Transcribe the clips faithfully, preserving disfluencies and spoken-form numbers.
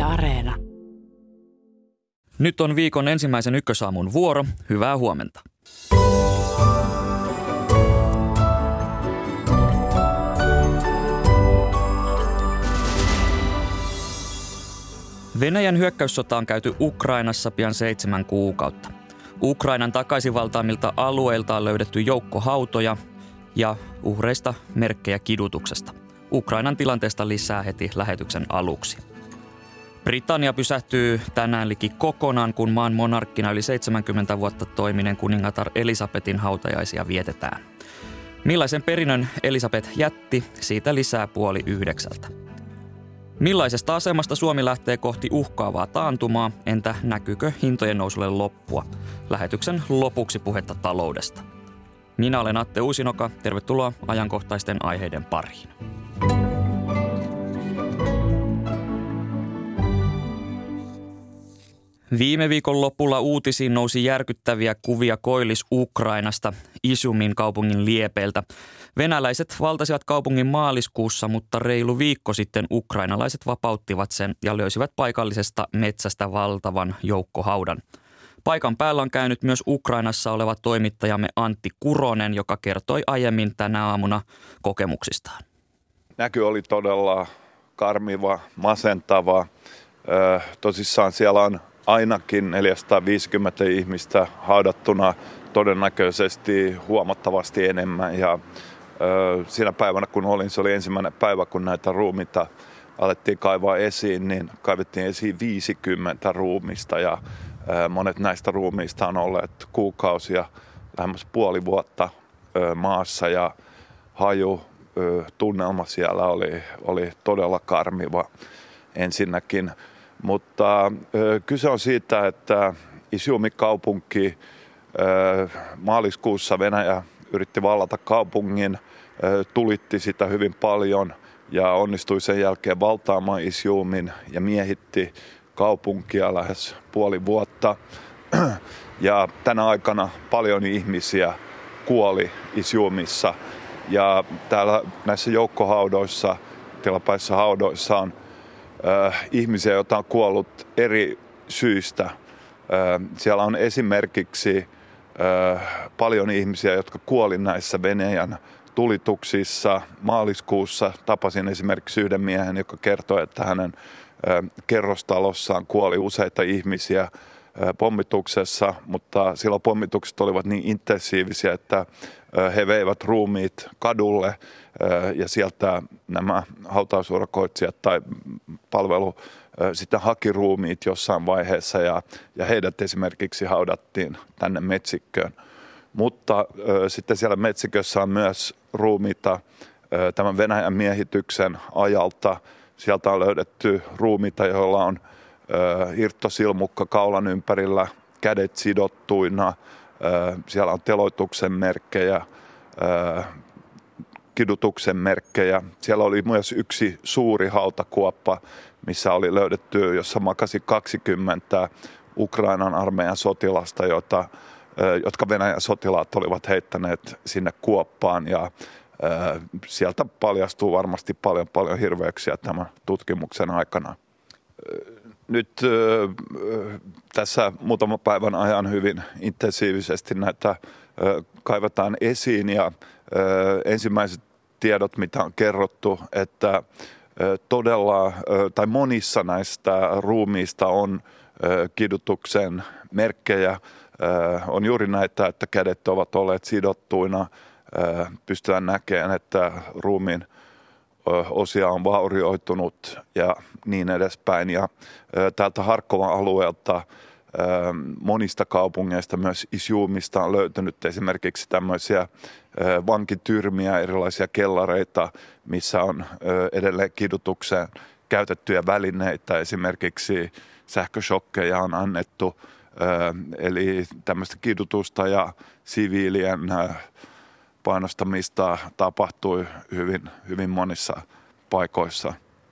Areena. Nyt on viikon ensimmäisen ykkösaamun vuoro. Hyvää huomenta. Venäjän hyökkäyssota on käyty Ukrainassa pian seitsemän kuukautta. Ukrainan takaisinvaltaamilta alueilta on löydetty joukko hautoja ja uhreista merkkejä kidutuksesta. Ukrainan tilanteesta lisää heti lähetyksen aluksi. Britannia pysähtyy tänään liki kokonaan, kun maan monarkkina yli seitsemänkymmentä vuotta toimineen kuningatar Elisabetin hautajaisia vietetään. Millaisen perinnön Elisabeth jätti, siitä lisää puoli yhdeksältä. Millaisesta asemasta Suomi lähtee kohti uhkaavaa taantumaa, entä näkyykö hintojen nousulle loppua? Lähetyksen lopuksi puhetta taloudesta. Minä olen Atte Uusinoka, tervetuloa ajankohtaisten aiheiden pariin. Viime viikon lopulla uutisiin nousi järkyttäviä kuvia Koillis-Ukrainasta, Iziumin kaupungin liepeiltä. Venäläiset valtasivat kaupungin maaliskuussa, mutta reilu viikko sitten ukrainalaiset vapauttivat sen ja löysivät paikallisesta metsästä valtavan joukkohaudan. Paikan päällä on käynyt myös Ukrainassa oleva toimittajamme Antti Kuronen, joka kertoi aiemmin tänä aamuna kokemuksistaan. Näky oli todella karmiva, masentava. Ö, tosissaan siellä on ainakin neljäsataaviisikymmentä ihmistä haudattuna, todennäköisesti huomattavasti enemmän. Ja ö, siinä päivänä kun olin, se oli ensimmäinen päivä kun näitä ruumiita alettiin kaivaa esiin, niin kaivettiin esiin viisikymmentä ruumista ja ö, monet näistä ruumiista on olleet kuukausia, lähemmäs puoli vuotta ö, maassa ja haju, ö, tunnelma siellä oli, oli todella karmiva ensinnäkin. Mutta ö, kyse on siitä, että Iziumin kaupunki ö, maaliskuussa Venäjä yritti vallata kaupungin, ö, tulitti sitä hyvin paljon ja onnistui sen jälkeen valtaamaan Iziumin ja miehitti kaupunkia lähes puoli vuotta. Ja tänä aikana paljon ihmisiä kuoli Iziumissa ja täällä näissä joukkohaudoissa, tilapäisissä haudoissa on Äh, ihmisiä, joita on kuollut eri syistä. Äh, siellä on esimerkiksi äh, paljon ihmisiä, jotka kuoli näissä Venäjän tulituksissa. Maaliskuussa tapasin esimerkiksi yhden miehen, joka kertoi, että hänen äh, kerrostalossaan kuoli useita ihmisiä äh, pommituksessa, mutta silloin pommitukset olivat niin intensiivisiä, että äh, he veivät ruumiit kadulle ja sieltä nämä hautausurakoitsijat tai palvelu sitten haki ruumiit jossain vaiheessa ja, ja heidät esimerkiksi haudattiin tänne metsikköön. Mutta äh, sitten siellä metsikössä on myös ruumiita äh, tämän Venäjän miehityksen ajalta. Sieltä on löydetty ruumiita, joilla on äh, irtosilmukka kaulan ympärillä, kädet sidottuina. Äh, siellä on teloituksen merkkejä. Äh, kidutuksen merkkejä. Siellä oli myös yksi suuri hautakuoppa, missä oli löydetty, jossa makasi kaksikymmentä Ukrainan armeijan sotilasta, jota, jotka Venäjän sotilaat olivat heittäneet sinne kuoppaan. Ja sieltä paljastuu varmasti paljon, paljon hirveyksiä tämän tutkimuksen aikana. Nyt tässä muutaman päivän ajan hyvin intensiivisesti näitä kaivetaan esiin ja ensimmäiset tiedot, mitä on kerrottu, että todella tai monissa näistä ruumiista on kidutuksen merkkejä. On juuri näitä, että kädet ovat olleet sidottuina. Pystytään näkemään, että ruumiin osia on vaurioitunut ja niin edespäin. Ja täältä Harkovan alueelta monista kaupungeista, myös Iziumista on löytynyt esimerkiksi tämmöisiä vankityrmiä, erilaisia kellareita, missä on edelleen kidutukseen käytettyjä välineitä. Esimerkiksi sähköshokkeja on annettu, eli tämmöistä kidutusta ja siviilien painostamista tapahtui hyvin, hyvin monissa paikoissa.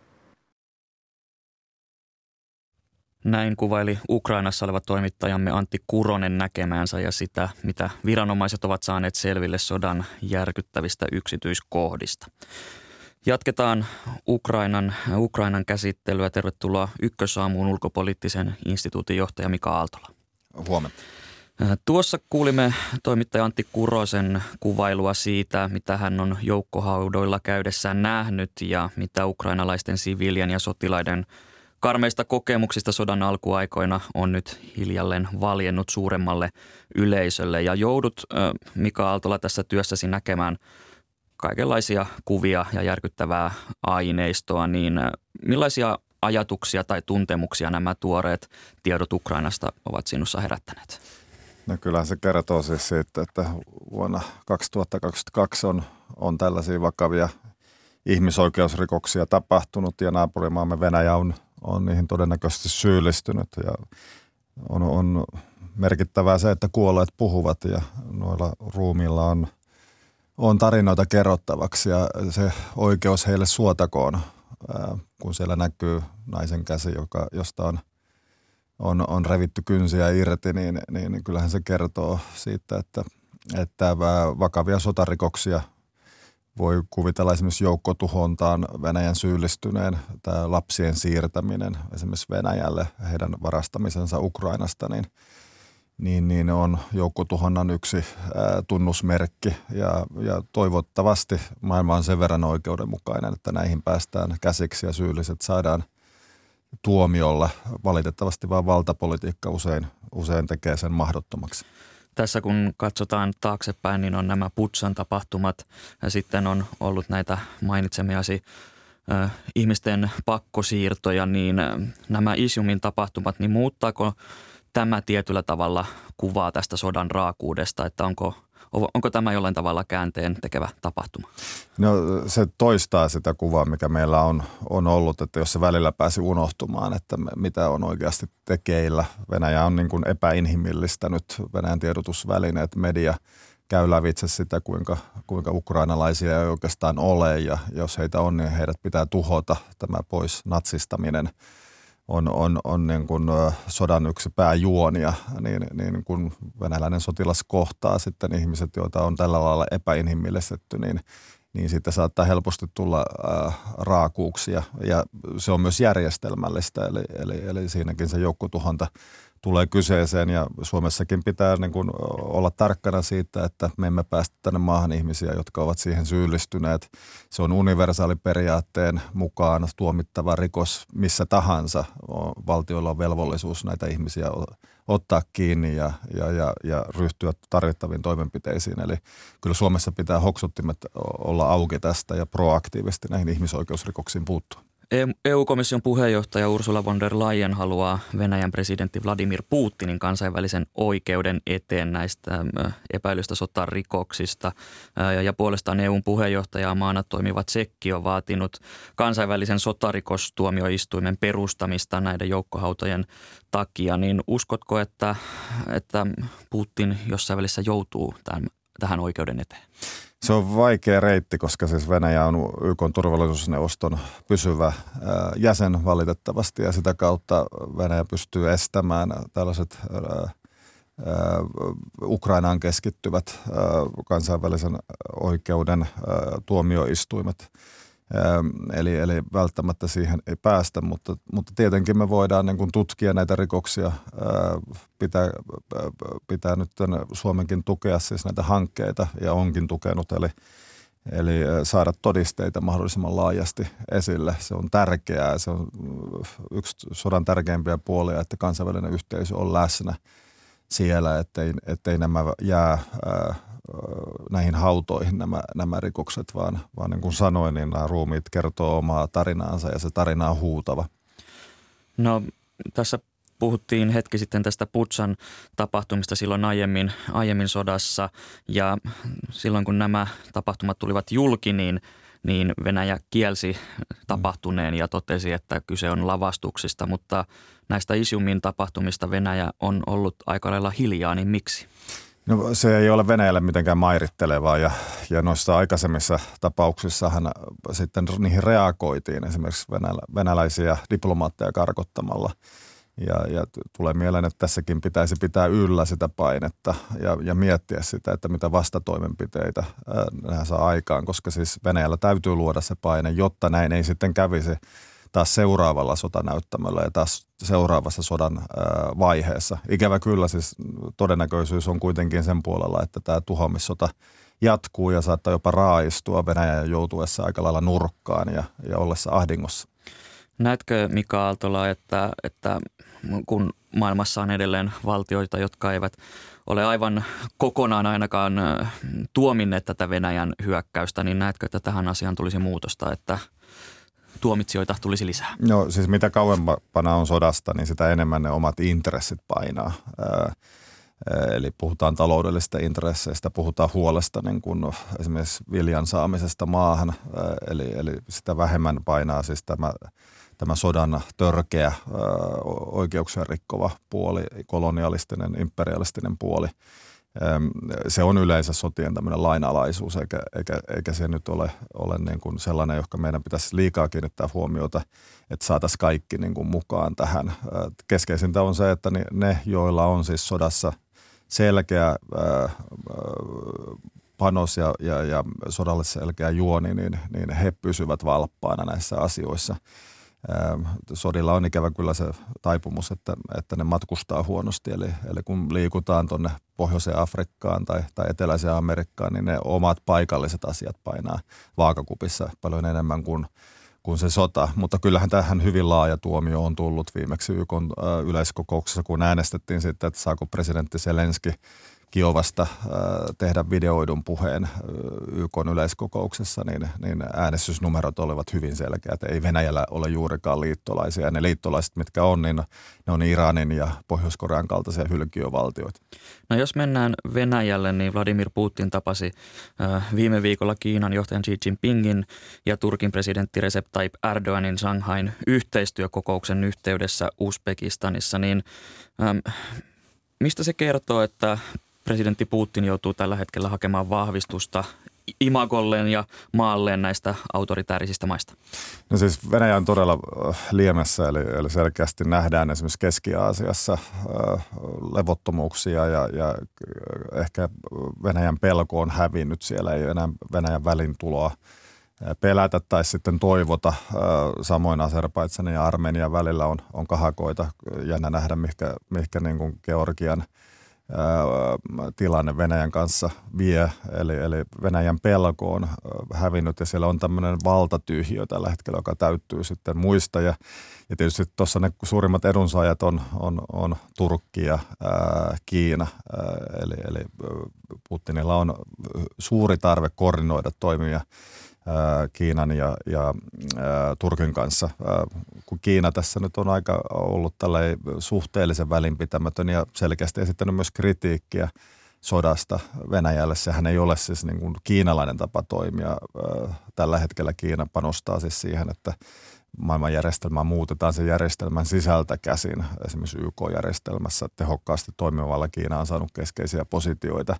Näin kuvaili Ukrainassa oleva toimittajamme Antti Kuronen näkemäänsä ja sitä, mitä viranomaiset ovat saaneet selville sodan järkyttävistä yksityiskohdista. Jatketaan Ukrainan, Ukrainan käsittelyä. Tervetuloa Ykkösaamuun ulkopoliittisen instituutin johtaja Mika Aaltola. Huomenta. Tuossa kuulimme toimittaja Antti Kurosen kuvailua siitä, mitä hän on joukkohaudoilla käydessään nähnyt ja mitä ukrainalaisten siviilien ja sotilaiden karmeista kokemuksista sodan alkuaikoina on nyt hiljalleen valjennut suuremmalle yleisölle. Ja joudut, Mika Aaltola, tässä työssäsi näkemään kaikenlaisia kuvia ja järkyttävää aineistoa, niin millaisia ajatuksia tai tuntemuksia nämä tuoreet tiedot Ukrainasta ovat sinussa herättäneet? No kyllähän se kertoo siis siitä, että vuonna kaksituhattakaksikymmentäkaksi on, on tällaisia vakavia ihmisoikeusrikoksia tapahtunut ja naapurimaamme Venäjä on, on niihin todennäköisesti syyllistynyt ja on, on merkittävää se, että kuolleet puhuvat ja noilla ruumiilla on, on tarinoita kerrottavaksi ja se oikeus heille suotakoon, ää, kun siellä näkyy naisen käsi, joka, josta on On, on revitty kynsiä irti, niin, niin kyllähän se kertoo siitä, että, että vakavia sotarikoksia voi kuvitella esimerkiksi joukkotuhontaan Venäjän syyllistyneen, tämä lapsien siirtäminen esimerkiksi Venäjälle, heidän varastamisensa Ukrainasta, niin, niin, niin on joukkotuhonnan yksi ää, tunnusmerkki ja, ja toivottavasti maailma on sen verran oikeudenmukainen, että näihin päästään käsiksi ja syylliset saadaan tuomiolla. Valitettavasti vaan valtapolitiikka usein, usein tekee sen mahdottomaksi. Tässä kun katsotaan taaksepäin, niin on nämä Butšan tapahtumat ja sitten on ollut näitä mainitsemiasi äh, ihmisten pakkosiirtoja, niin äh, nämä Iziumin tapahtumat, niin muuttaako tämä tietyllä tavalla kuvaa tästä sodan raakuudesta, että onko Onko tämä jollain tavalla käänteen tekevä tapahtuma? No se toistaa sitä kuvaa, mikä meillä on, on ollut, että jos se välillä pääsi unohtumaan, että mitä on oikeasti tekeillä. Venäjä on niin kuin epäinhimillistänyt Venäjän tiedotusvälineet, media käy lävitse sitä, kuinka, kuinka ukrainalaisia ei oikeastaan ole ja jos heitä on, niin heidät pitää tuhota. Tämä pois natsistaminen on, on, on niin kuin sodan yksi pääjuonia, niin, niin kun venäläinen sotilas kohtaa sitten ihmiset, joita on tällä lailla epäinhimillistetty, niin, niin siitä saattaa helposti tulla äh, raakuuksia ja se on myös järjestelmällistä, eli, eli, eli siinäkin se joukkotuhonta tulee kyseeseen ja Suomessakin pitää niin kuin olla tarkkana siitä, että me emme päästä tänne maahan ihmisiä, jotka ovat siihen syyllistyneet. Se on universaaliperiaatteen mukaan tuomittava rikos missä tahansa. Valtioilla on velvollisuus näitä ihmisiä ottaa kiinni ja, ja, ja, ja ryhtyä tarvittaviin toimenpiteisiin. Eli kyllä Suomessa pitää hoksuttimet olla auki tästä ja proaktiivisesti näihin ihmisoikeusrikoksiin puuttua. E U-komission puheenjohtaja Ursula von der Leyen haluaa Venäjän presidentti Vladimir Putinin kansainvälisen oikeuden eteen näistä epäilystä sotarikoksista. Ja puolestaan E U:n puheenjohtajamaana toimiva Tšekki on vaatinut kansainvälisen sotarikostuomioistuimen perustamista näiden joukkohautojen takia. Niin uskotko, että, että Putin jossain välissä joutuu tämän, tähän oikeuden eteen? Se on vaikea reitti, koska siis Venäjä on Y K:n turvallisuusneuvoston pysyvä jäsen valitettavasti ja sitä kautta Venäjä pystyy estämään tällaiset ää, ää, Ukrainaan keskittyvät ää, kansainvälisen oikeuden ää, tuomioistuimet. Eli, eli välttämättä siihen ei päästä, mutta, mutta tietenkin me voidaan niin kuin tutkia näitä rikoksia, pitää, pitää nyt Suomenkin tukea siis näitä hankkeita ja onkin tukenut, eli, eli saada todisteita mahdollisimman laajasti esille. Se on tärkeää, se on yksi sodan tärkeimpiä puolia, että kansainvälinen yhteisö on läsnä siellä, ettei, ettei nämä jää näihin hautoihin nämä, nämä rikokset, vaan, vaan niin kuin sanoin, niin nämä ruumiit kertoo omaa tarinaansa ja se tarina on huutava. No tässä puhuttiin hetki sitten tästä Butšan tapahtumista silloin aiemmin, aiemmin sodassa ja silloin kun nämä tapahtumat tulivat julki, niin, niin Venäjä kielsi tapahtuneen ja totesi, että kyse on lavastuksista, mutta näistä Iziumin tapahtumista Venäjä on ollut aika lailla hiljaa, niin miksi? No se ei ole Venäjälle mitenkään mairittelevaa ja, ja noissa aikaisemmissa tapauksissahan sitten niihin reagoitiin esimerkiksi venälä, venäläisiä diplomaatteja karkottamalla. Ja, ja tulee mieleen, että tässäkin pitäisi pitää yllä sitä painetta ja, ja miettiä sitä, että mitä vastatoimenpiteitä nämä saa aikaan, koska siis Venäjällä täytyy luoda se paine, jotta näin ei sitten kävisi taas seuraavalla sotanäyttämöllä ja taas seuraavassa sodan vaiheessa. Ikävä kyllä siis todennäköisyys on kuitenkin sen puolella, että tämä tuhoamissota jatkuu ja saattaa jopa raaistua Venäjän joutuessa aika lailla nurkkaan ja, ja ollessa ahdingossa. Näetkö, Mika Aaltola, että, että kun maailmassa on edelleen valtioita, jotka eivät ole aivan kokonaan ainakaan tuominneet tätä Venäjän hyökkäystä, niin näetkö, että tähän asiaan tulisi muutosta, että tuomitsijoita tulisi lisää? No siis mitä kauempana on sodasta, niin sitä enemmän ne omat intressit painaa. Ää, Eli puhutaan taloudellisista intresseistä, puhutaan huolesta niin kuin esimerkiksi viljan saamisesta maahan, eli, eli sitä vähemmän painaa siis tämä, tämä sodan törkeä oikeuksien rikkova puoli, kolonialistinen, imperialistinen puoli. Se on yleensä sotien tämmöinen lainalaisuus, eikä, eikä, eikä se nyt ole, ole niin kuin sellainen, johon meidän pitäisi liikaa kiinnittää huomiota, että saataisiin kaikki niin kuin mukaan tähän. Keskeisintä on se, että ne, joilla on siis sodassa selkeä ää, panos ja, ja, ja sodalle selkeä juoni, niin, niin he pysyvät valppaana näissä asioissa. Ää, sodilla on ikävä kyllä se taipumus, että, että ne matkustaa huonosti, eli, eli kun liikutaan tuonne Pohjoiseen Afrikkaan tai, tai Eteläiseen Amerikkaan, niin ne omat paikalliset asiat painaa vaakakupissa paljon enemmän kuin kuin se sota, mutta kyllähän tähän hyvin laaja tuomio on tullut viimeksi Y K:n yleiskokouksessa, kun äänestettiin sitten, että saako presidentti Zelenski Kiovasta tehdä videoidun puheen Y K:n yleiskokouksessa, niin, niin äänestysnumerot olivat hyvin selkeät. Ei Venäjällä ole juurikaan liittolaisia. Ja ne liittolaiset, mitkä on, niin ne on Iranin ja Pohjois-Korean kaltaisia hylkiövaltioita. No jos mennään Venäjälle, niin Vladimir Putin tapasi viime viikolla Kiinan johtajan Xi Jinpingin ja Turkin presidentti Recep Tayyip Erdoganin Shanghain yhteistyökokouksen yhteydessä Uzbekistanissa. Niin, ähm, mistä se kertoo, että presidentti Putin joutuu tällä hetkellä hakemaan vahvistusta imagolleen ja maalleen näistä autoritäärisistä maista? No siis Venäjä on todella liemessä, eli, eli selkeästi nähdään esimerkiksi Keski-Aasiassa äh, levottomuuksia ja, ja ehkä Venäjän pelko on hävinnyt. Siellä ei enää Venäjän välintuloa pelätä tai sitten toivota. Samoin Azerbaidžanin ja Armenian välillä on, on kahakoita. Jännä nähdä, mihinkä, mihinkä niin kuin Georgian tilanne Venäjän kanssa vie, eli, eli Venäjän pelko on hävinnyt ja siellä on tämmöinen valtatyhjiö tällä hetkellä, joka täyttyy sitten muista ja, ja tietysti tuossa ne suurimmat edunsaajat on, on, on Turkki ja ää, Kiina, ää, eli, eli Putinilla on suuri tarve koordinoida toimia Kiinan ja, ja ä, Turkin kanssa. Ä, kun Kiina tässä nyt on aika ollut tällainen suhteellisen välinpitämätön ja selkeästi esittänyt myös kritiikkiä sodasta Venäjälle. Sehän ei ole siis niin kuin kiinalainen tapa toimia. Ä, tällä hetkellä Kiina panostaa siis siihen, että maailmanjärjestelmää muutetaan sen järjestelmän sisältä käsin. Esimerkiksi Y K-järjestelmässä tehokkaasti toimivalla Kiina on saanut keskeisiä positioita.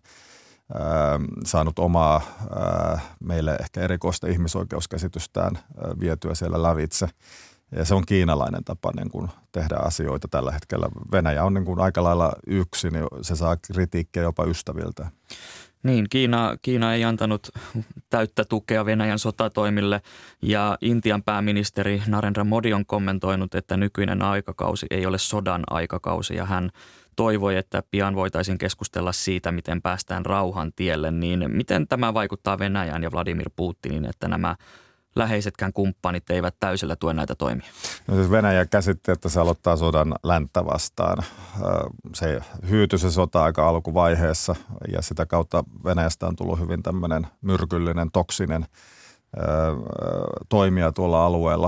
Saanut omaa meille ehkä erikoista ihmisoikeuskäsitystään vietyä siellä lävitse. Ja se on kiinalainen tapa niin kuin tehdä asioita tällä hetkellä. Venäjä on niin kuin aika lailla yksin, niin se saa kritiikkiä jopa ystäviltä. Niin, Kiina, Kiina ei antanut täyttä tukea Venäjän sotatoimille ja Intian pääministeri Narendra Modi on kommentoinut, että nykyinen aikakausi ei ole sodan aikakausi ja hän toivoi, että pian voitaisiin keskustella siitä, miten päästään rauhan tielle. Niin miten tämä vaikuttaa Venäjään ja Vladimir Putinin, että nämä läheisetkään kumppanit eivät täysillä tue näitä toimia? No siis Venäjä käsitti, että se aloittaa sodan länttä vastaan. Se hyytyi se sota aika alkuvaiheessa ja sitä kautta Venäjästä on tullut hyvin tämmöinen myrkyllinen, toksinen toimia tuolla alueella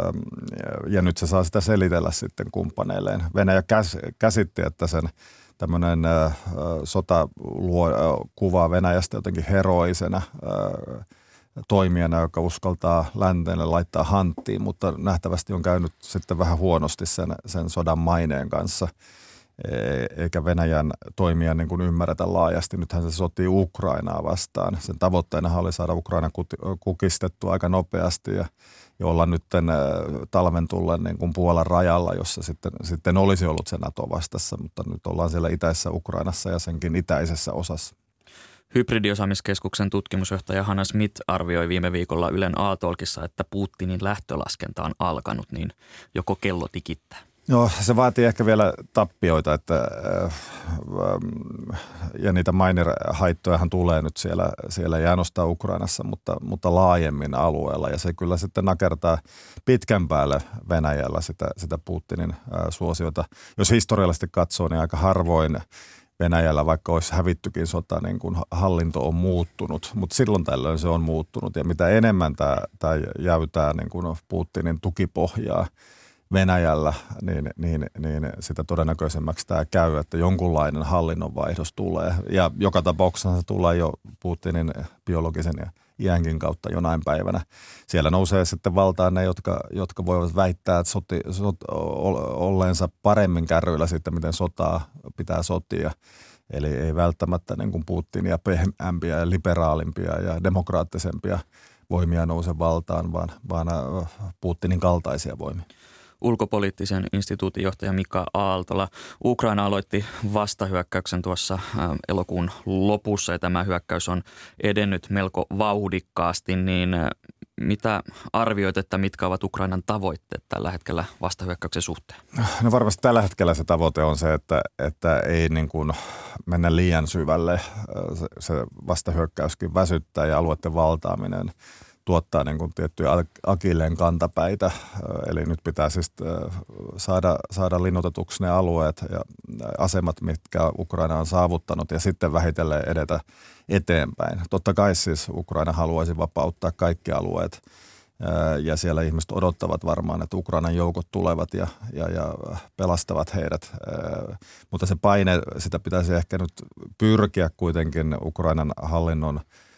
ja nyt se saa sitä selitellä sitten kumppaneilleen. Venäjä käsitti, että sen tämmöinen sota luo kuvaa Venäjästä jotenkin heroisena toimijana, joka uskaltaa länteelle laittaa hanttiin, mutta nähtävästi on käynyt sitten vähän huonosti sen, sen sodan maineen kanssa. eikä Venäjän toimia niin kuin ymmärretä laajasti. Nythän se sotii Ukrainaa vastaan. Sen tavoitteena oli saada Ukraina kukistettua aika nopeasti ja, ja olla nyt talven tullen niin kuin Puolan rajalla, jossa sitten, sitten olisi ollut se NATO vastassa, mutta nyt ollaan siellä itäisessä Ukrainassa ja senkin itäisessä osassa. Hybridiosaamiskeskuksen tutkimusjohtaja Hanna Smith arvioi viime viikolla Ylen A-talkissa, että Putinin lähtölaskenta on alkanut, niin joko kello tikittää? No se vaatii ehkä vielä tappioita, että, ja niitä Mainer-haittojahan tulee nyt siellä, siellä ei ainoastaan Ukrainassa, mutta, mutta laajemmin alueella. Ja se kyllä sitten nakertaa pitkän päälle Venäjällä sitä, sitä Putinin suosiota. Jos historiallisesti katsoo, niin aika harvoin Venäjällä, vaikka olisi hävittykin sota, niin kun hallinto on muuttunut, mutta silloin tällöin se on muuttunut. Ja mitä enemmän tämä, tämä jäytää niin kun Putinin tukipohjaa Venäjällä, niin, niin, niin sitä todennäköisemmäksi tämä käy, että jonkunlainen hallinnonvaihdos tulee. Ja joka tapauksessa se tulee jo Putinin biologisen ja iänkin kautta jonain päivänä. Siellä nousee sitten valtaan ne, jotka, jotka voivat väittää, että soti, sot, olleensa paremmin kärryillä siitä, miten sotaa pitää sotia. Eli ei välttämättä niin kuin Putinia pehmeämpiä ja liberaalimpia ja demokraattisempia voimia nouse valtaan, vaan, vaan Putinin kaltaisia voimia. Ulkopoliittisen instituutin johtaja Mika Aaltola. Ukraina aloitti vastahyökkäyksen tuossa elokuun lopussa ja tämä hyökkäys on edennyt melko vauhdikkaasti, niin mitä arvioit, että mitkä ovat Ukrainan tavoitteet tällä hetkellä vastahyökkäyksen suhteen? No varmasti tällä hetkellä se tavoite on se, että, että ei niin kuin mennä liian syvälle. Se, se vastahyökkäyskin väsyttää ja alueiden valtaaminen tuottaa niin kuin tiettyjä akilleen kantapäitä. Eli nyt pitää siis saada, saada linnoitetuksi ne alueet ja asemat, mitkä Ukraina on saavuttanut ja sitten vähitellen edetä eteenpäin. Totta kai siis Ukraina haluaisi vapauttaa kaikki alueet ja siellä ihmiset odottavat varmaan, että Ukrainan joukot tulevat ja, ja, ja pelastavat heidät. Mutta se paine, sitä pitäisi ehkä nyt pyrkiä kuitenkin Ukrainan hallinnon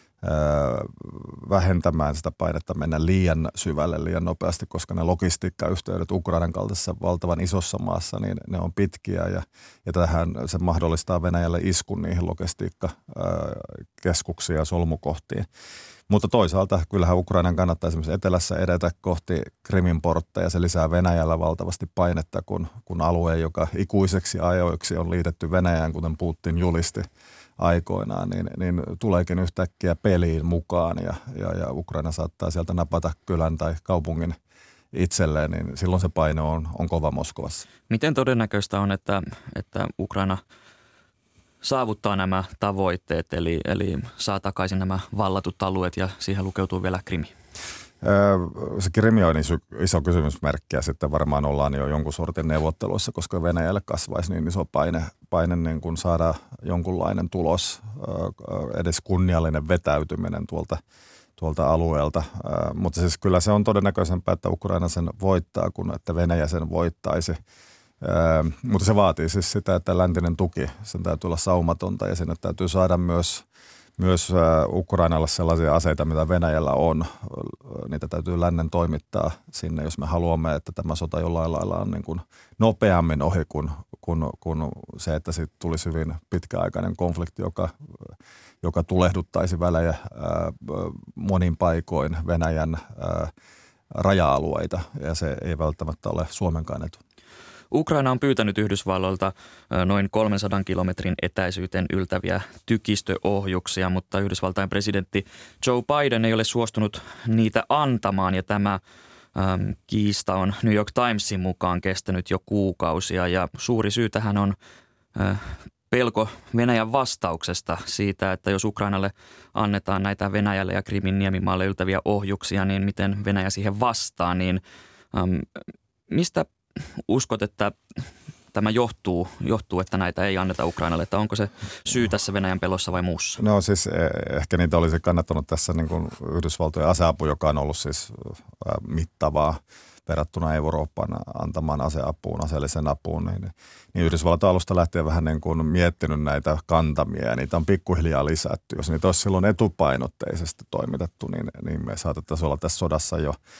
vähentämään sitä painetta mennä liian syvälle, liian nopeasti, koska ne logistiikkayhteydet Ukrainan kaltaisessa valtavan isossa maassa, niin ne on pitkiä ja, ja tähän se mahdollistaa Venäjälle iskun niihin logistiikkakeskuksiin ja solmukohtiin. Mutta toisaalta kyllähän Ukrainan kannattaa esimerkiksi etelässä edetä kohti Krimin portteja. Se lisää Venäjällä valtavasti painetta, kun, kun alue, joka ikuiseksi ajoiksi on liitetty Venäjään, kuten Putin julisti aikoinaan, niin, niin tuleekin yhtäkkiä peliin mukaan ja, ja, ja Ukraina saattaa sieltä napata kylän tai kaupungin itselleen, niin silloin se paine on, on kova Moskovassa. Miten todennäköistä on, että, että Ukraina saavuttaa nämä tavoitteet, eli, eli saa takaisin nämä vallatut alueet ja siihen lukeutuu vielä Krimi? Se Krimi on iso kysymysmerkki ja sitten varmaan ollaan jo jonkun sortin neuvotteluissa, koska Venäjälle kasvaisi niin iso paine, paine niin kuin saada jonkunlainen tulos, edes kunniallinen vetäytyminen tuolta, tuolta alueelta. Mutta siis kyllä se on todennäköisempää, että Ukraina sen voittaa, kuin että Venäjä sen voittaisi. Mutta se vaatii siis sitä, että läntinen tuki, sen täytyy olla saumatonta ja sinne täytyy saada myös Myös Ukrainalle sellaisia aseita, mitä Venäjällä on. Niitä täytyy lännen toimittaa sinne, jos me haluamme, että tämä sota jollain lailla on niin kuin nopeammin ohi kuin, kuin, kuin se, että siitä tulisi hyvin pitkäaikainen konflikti, joka, joka tulehduttaisi välejä ää, monin paikoin Venäjän ää, raja-alueita, ja se ei välttämättä ole Suomenkaan etu. Ukraina on pyytänyt Yhdysvalloilta noin kolmensadan kilometrin etäisyyteen yltäviä tykistöohjuksia, mutta Yhdysvaltain presidentti Joe Biden ei ole suostunut niitä antamaan ja tämä äm, kiista on New York Timesin mukaan kestänyt jo kuukausia ja suuri syy tähän on äh, pelko Venäjän vastauksesta siitä, että jos Ukrainalle annetaan näitä Venäjälle ja Krimin niemimaalle yltäviä ohjuksia, niin miten Venäjä siihen vastaa, niin äm, mistä uskot, että tämä johtuu, johtuu, että näitä ei anneta Ukrainalle, että onko se syy tässä Venäjän pelossa vai muussa? No siis ehkä niitä olisi kannattanut tässä niin kuin Yhdysvaltojen aseapu, joka on ollut siis mittavaa verrattuna Euroopan antamaan aseapuun, aseellisen apuun, niin, niin Yhdysvallat alusta lähtien vähän niin kuin miettinyt näitä kantamia ja niitä on pikkuhiljaa lisätty. Jos niitä olisi silloin etupainotteisesti toimitettu, niin, niin me saatettaisiin olla tässä sodassa jo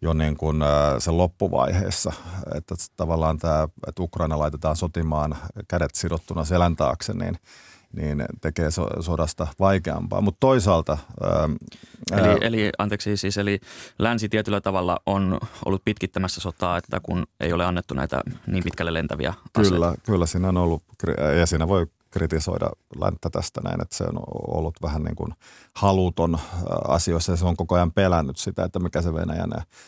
jo niin kuin sen loppuvaiheessa, että tavallaan tämä, että Ukraina laitetaan sotimaan kädet sidottuna selän taakse, niin niin tekee so, sodasta vaikeampaa. Mutta toisaalta... Ää, eli, eli, anteeksi siis, eli länsi tietyllä tavalla on ollut pitkittämässä sotaa, että kun ei ole annettu näitä niin pitkälle lentäviä aseita. Kyllä, kyllä siinä on ollut, ja siinä voi kritisoida länttä tästä näin, että se on ollut vähän niin kuin haluton asioissa, ja se on koko ajan pelännyt sitä, että mikä se Venäjän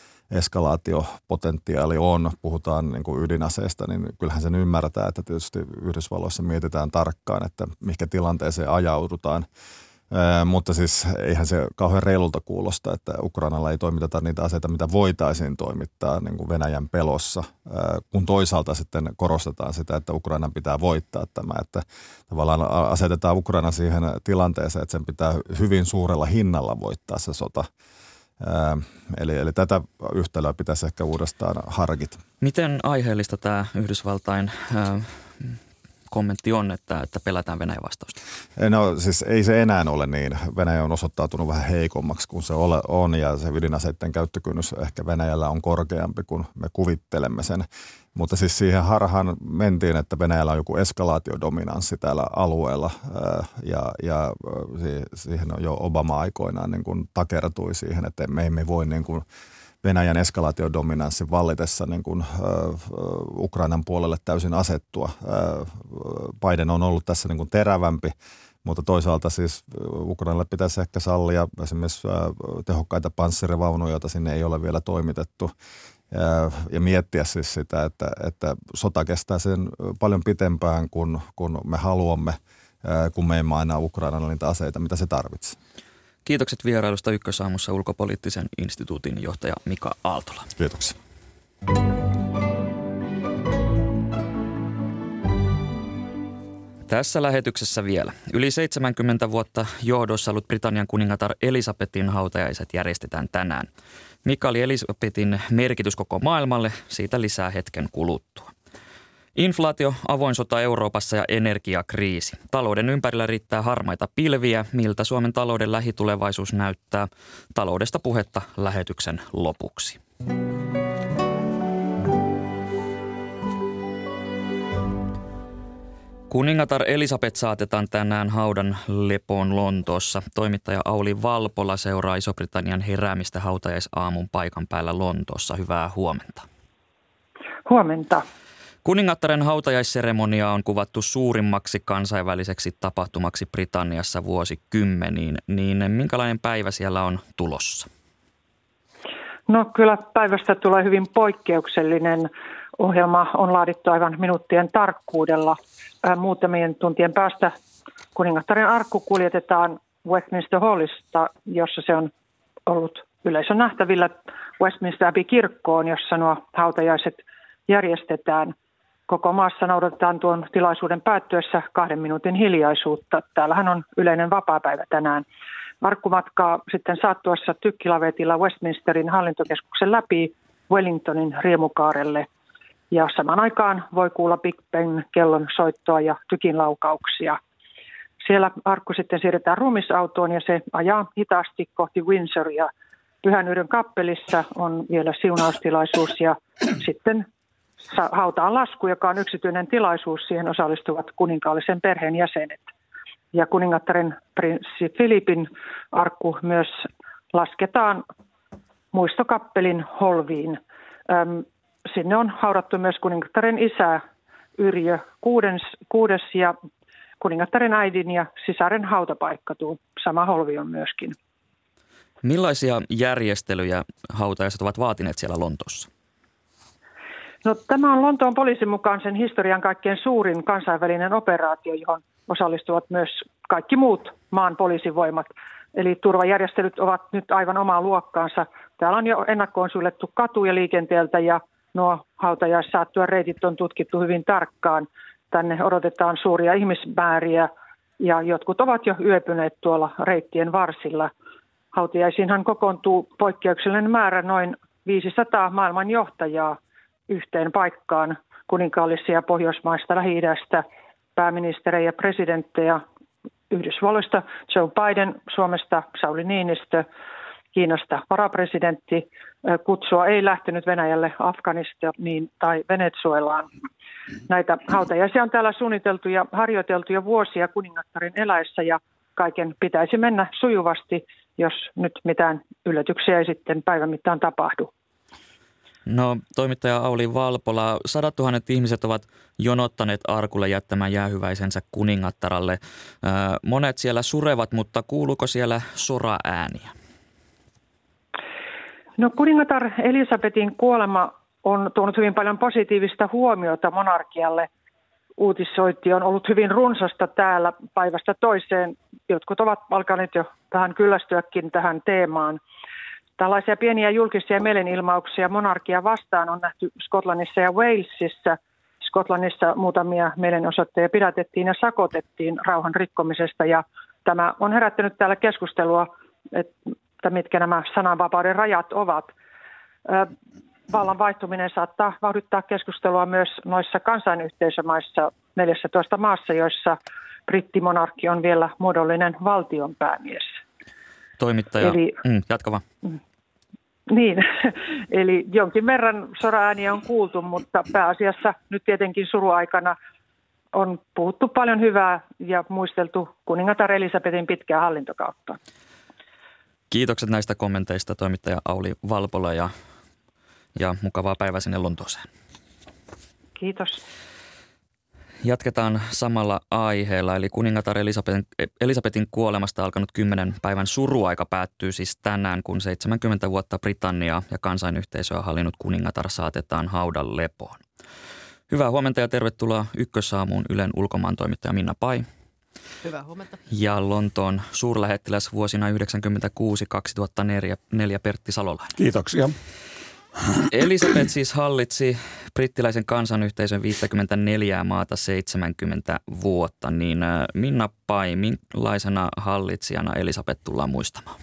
eskalaatiopotentiaali on, puhutaan niin kuin ydinaseesta, niin kyllähän sen ymmärtää, että tietysti Yhdysvalloissa mietitään tarkkaan, että mihinkä tilanteeseen ajaudutaan. Ee, mutta siis eihän se kauhean reilulta kuulosta, että Ukrainalla ei toimiteta niitä aseita, mitä voitaisiin toimittaa niin kuin Venäjän pelossa, ee, kun toisaalta sitten korostetaan sitä, että Ukrainan pitää voittaa tämä, että tavallaan asetetaan Ukraina siihen tilanteeseen, että sen pitää hyvin suurella hinnalla voittaa se sota. Ää, eli, eli tätä yhtälöä pitäisi ehkä uudestaan harkita. Miten aiheellista tämä Yhdysvaltain ää, kommentti on, että, että pelätään Venäjän vastausta? No siis ei se enää ole niin. Venäjä on osoittautunut vähän heikommaksi kuin se ole, on ja se ydinaseiden käyttökynnys ehkä Venäjällä on korkeampi kuin me kuvittelemme sen. Mutta siis siihen harhaan mentiin, että Venäjällä on joku eskalaatiodominanssi täällä alueella ja, ja siihen on jo Obama aikoinaan niin kuin takertui siihen, että me emme voi niin kuin Venäjän eskalaatiodominanssin vallitessa niin kuin, uh, Ukrainan puolelle täysin asettua. Uh, Biden on ollut tässä niin kuin terävämpi, mutta toisaalta siis Ukrainalle pitäisi ehkä sallia esimerkiksi uh, tehokkaita panssarivaunuja, joita sinne ei ole vielä toimitettu. Uh, ja miettiä siis sitä, että, että sota kestää sen paljon pitempään kuin, kuin me haluamme, uh, kun me emme aina Ukrainalle niitä aseita, mitä se tarvitsee. Kiitokset vierailusta Ykkösaamussa ulkopoliittisen instituutin johtaja Mika Aaltola. Kiitoksia. Tässä lähetyksessä vielä. Yli seitsemänkymmentä vuotta johdossa ollut Britannian kuningatar Elisabetin hautajaiset järjestetään tänään. Mikä oli Elisabetin merkitys koko maailmalle, siitä lisää hetken kuluttua. Inflaatio, avoin sota Euroopassa ja energiakriisi. Talouden ympärillä riittää harmaita pilviä. Miltä Suomen talouden lähitulevaisuus näyttää? Taloudesta puhetta lähetyksen lopuksi. Kuningatar Elisabeth saatetaan tänään haudan lepoon Lontoossa. Toimittaja Auli Valpola seuraa Iso-Britannian heräämistä hautajaisaamun paikan päällä Lontoossa. Hyvää huomenta. Huomenta. Kuningattaren hautajaisseremonia on kuvattu suurimmaksi kansainväliseksi tapahtumaksi Britanniassa vuosikymmeniin, niin minkälainen päivä siellä on tulossa? No kyllä päivästä tulee hyvin poikkeuksellinen. Ohjelma on laadittu aivan minuuttien tarkkuudella. Muutamien tuntien päästä kuningattaren arkku kuljetetaan Westminster Hallista, jossa se on ollut yleisön nähtävillä Westminster Abbey-kirkkoon, jossa nuo hautajaiset järjestetään. Koko maassa noudatetaan tuon tilaisuuden päättyessä kahden minuutin hiljaisuutta. Täällähän on yleinen vapaapäivä tänään. Arkkumatkaa sitten saattuessa tykkilavetilla Westminsterin hallintokeskuksen läpi Wellingtonin riemukaarelle. Ja samaan aikaan voi kuulla Big Ben kellon soittoa ja tykinlaukauksia. Siellä arkku sitten siirretään ruumisautoon ja se ajaa hitaasti kohti Windsoria. Pyhänyyden kappelissa on vielä siunaustilaisuus ja sitten hautaan lasku, joka on yksityinen tilaisuus. Siihen osallistuvat kuninkaallisen perheen jäsenet. Ja kuningattaren prinssi Filipin arkku myös lasketaan muistokappelin holviin. Öm, sinne on haudattu myös kuningattaren isä Yrjö kuudes, kuudes ja kuningattaren äidin ja sisaren hautapaikka. Tuo sama holvi on myöskin. Millaisia järjestelyjä hautajaiset ovat vaatineet siellä Lontoossa? No, tämä on Lontoon poliisin mukaan sen historian kaikkein suurin kansainvälinen operaatio, johon osallistuvat myös kaikki muut maan poliisivoimat. Eli turvajärjestelyt ovat nyt aivan omaa luokkaansa. Täällä on jo ennakkoon suljettu katuja liikenteeltä ja nuo hautajaissaattujen reitit on tutkittu hyvin tarkkaan. Tänne odotetaan suuria ihmismääriä ja jotkut ovat jo yöpyneet tuolla reittien varsilla. Hautajaisiinhan kokoontuu poikkeuksellinen määrä noin viisisataa maailman johtajaa yhteen paikkaan, kuninkaallisia Pohjoismaista, Lähi-idästä, pääministerejä, presidenttejä, Yhdysvalloista Joe Biden, Suomesta Sauli Niinistö, Kiinasta varapresidentti. Kutsua ei lähtenyt Venäjälle Afganistaniin tai Venezuelaan. Näitä hautajaisia on täällä suunniteltu ja harjoiteltu jo vuosia kuningattaren eläessä ja kaiken pitäisi mennä sujuvasti, jos nyt mitään yllätyksiä ei sitten päivän mittaan tapahdu. No, toimittaja Auli Valpola, sadat tuhannet ihmiset ovat jonottaneet arkulle jättämään jäähyväisensä kuningattaralle. Monet siellä surevat, mutta kuuluuko siellä soraääniä? No, kuningatar Elisabetin kuolema on tuonut hyvin paljon positiivista huomiota monarkialle. Uutisointi on ollut hyvin runsasta täällä päivästä toiseen. Jotkut ovat alkaneet jo vähän kyllästyäkin tähän teemaan. Tällaisia pieniä julkisia mielenilmauksia monarkia vastaan on nähty Skotlannissa ja Walesissa. Skotlannissa muutamia mielenosoittajia pidätettiin ja sakotettiin rauhan rikkomisesta ja tämä on herättänyt täällä keskustelua, että mitkä nämä sananvapauden rajat ovat. Vallan vaihtuminen saattaa vauhdittaa keskustelua myös noissa kansainyhteisömaissa, neljässätoista maassa, joissa brittimonarkki on vielä muodollinen valtionpäämies. Toimittaja, Eli, mm, jatka vaan. Niin, eli jonkin verran soraääniä on kuultu, mutta pääasiassa nyt tietenkin suruaikana on puhuttu paljon hyvää ja muisteltu kuningatar Elisabetin pitkää hallintokautta. Kiitokset näistä kommenteista, toimittaja Auli Valpola, ja, ja mukavaa päivää sinne Lontooseen. Kiitos. Jatketaan samalla aiheella, eli kuningatar Elisabetin, Elisabetin kuolemasta alkanut kymmenen päivän suruaika päättyy siis tänään, kun seitsemänkymmentä vuotta Britanniaa ja kansainyhteisöä hallinnut kuningatar saatetaan haudan lepoon. Hyvää huomenta ja tervetuloa Ykkösaamuun Ylen ulkomaantoimittaja Minna Pai. Hyvää huomenta. Ja Lontoon suurlähettiläs vuosina yhdeksänkymmentäkuusi kaksituhattaneljä Pertti Salolainen. Kiitoksia. Elisabeth siis hallitsi brittiläisen kansanyhteisön viisikymmentäneljä maata seitsemänkymmentä vuotta, niin Minna Pai, minkälaisena hallitsijana Elisabeth tullaan muistamaan?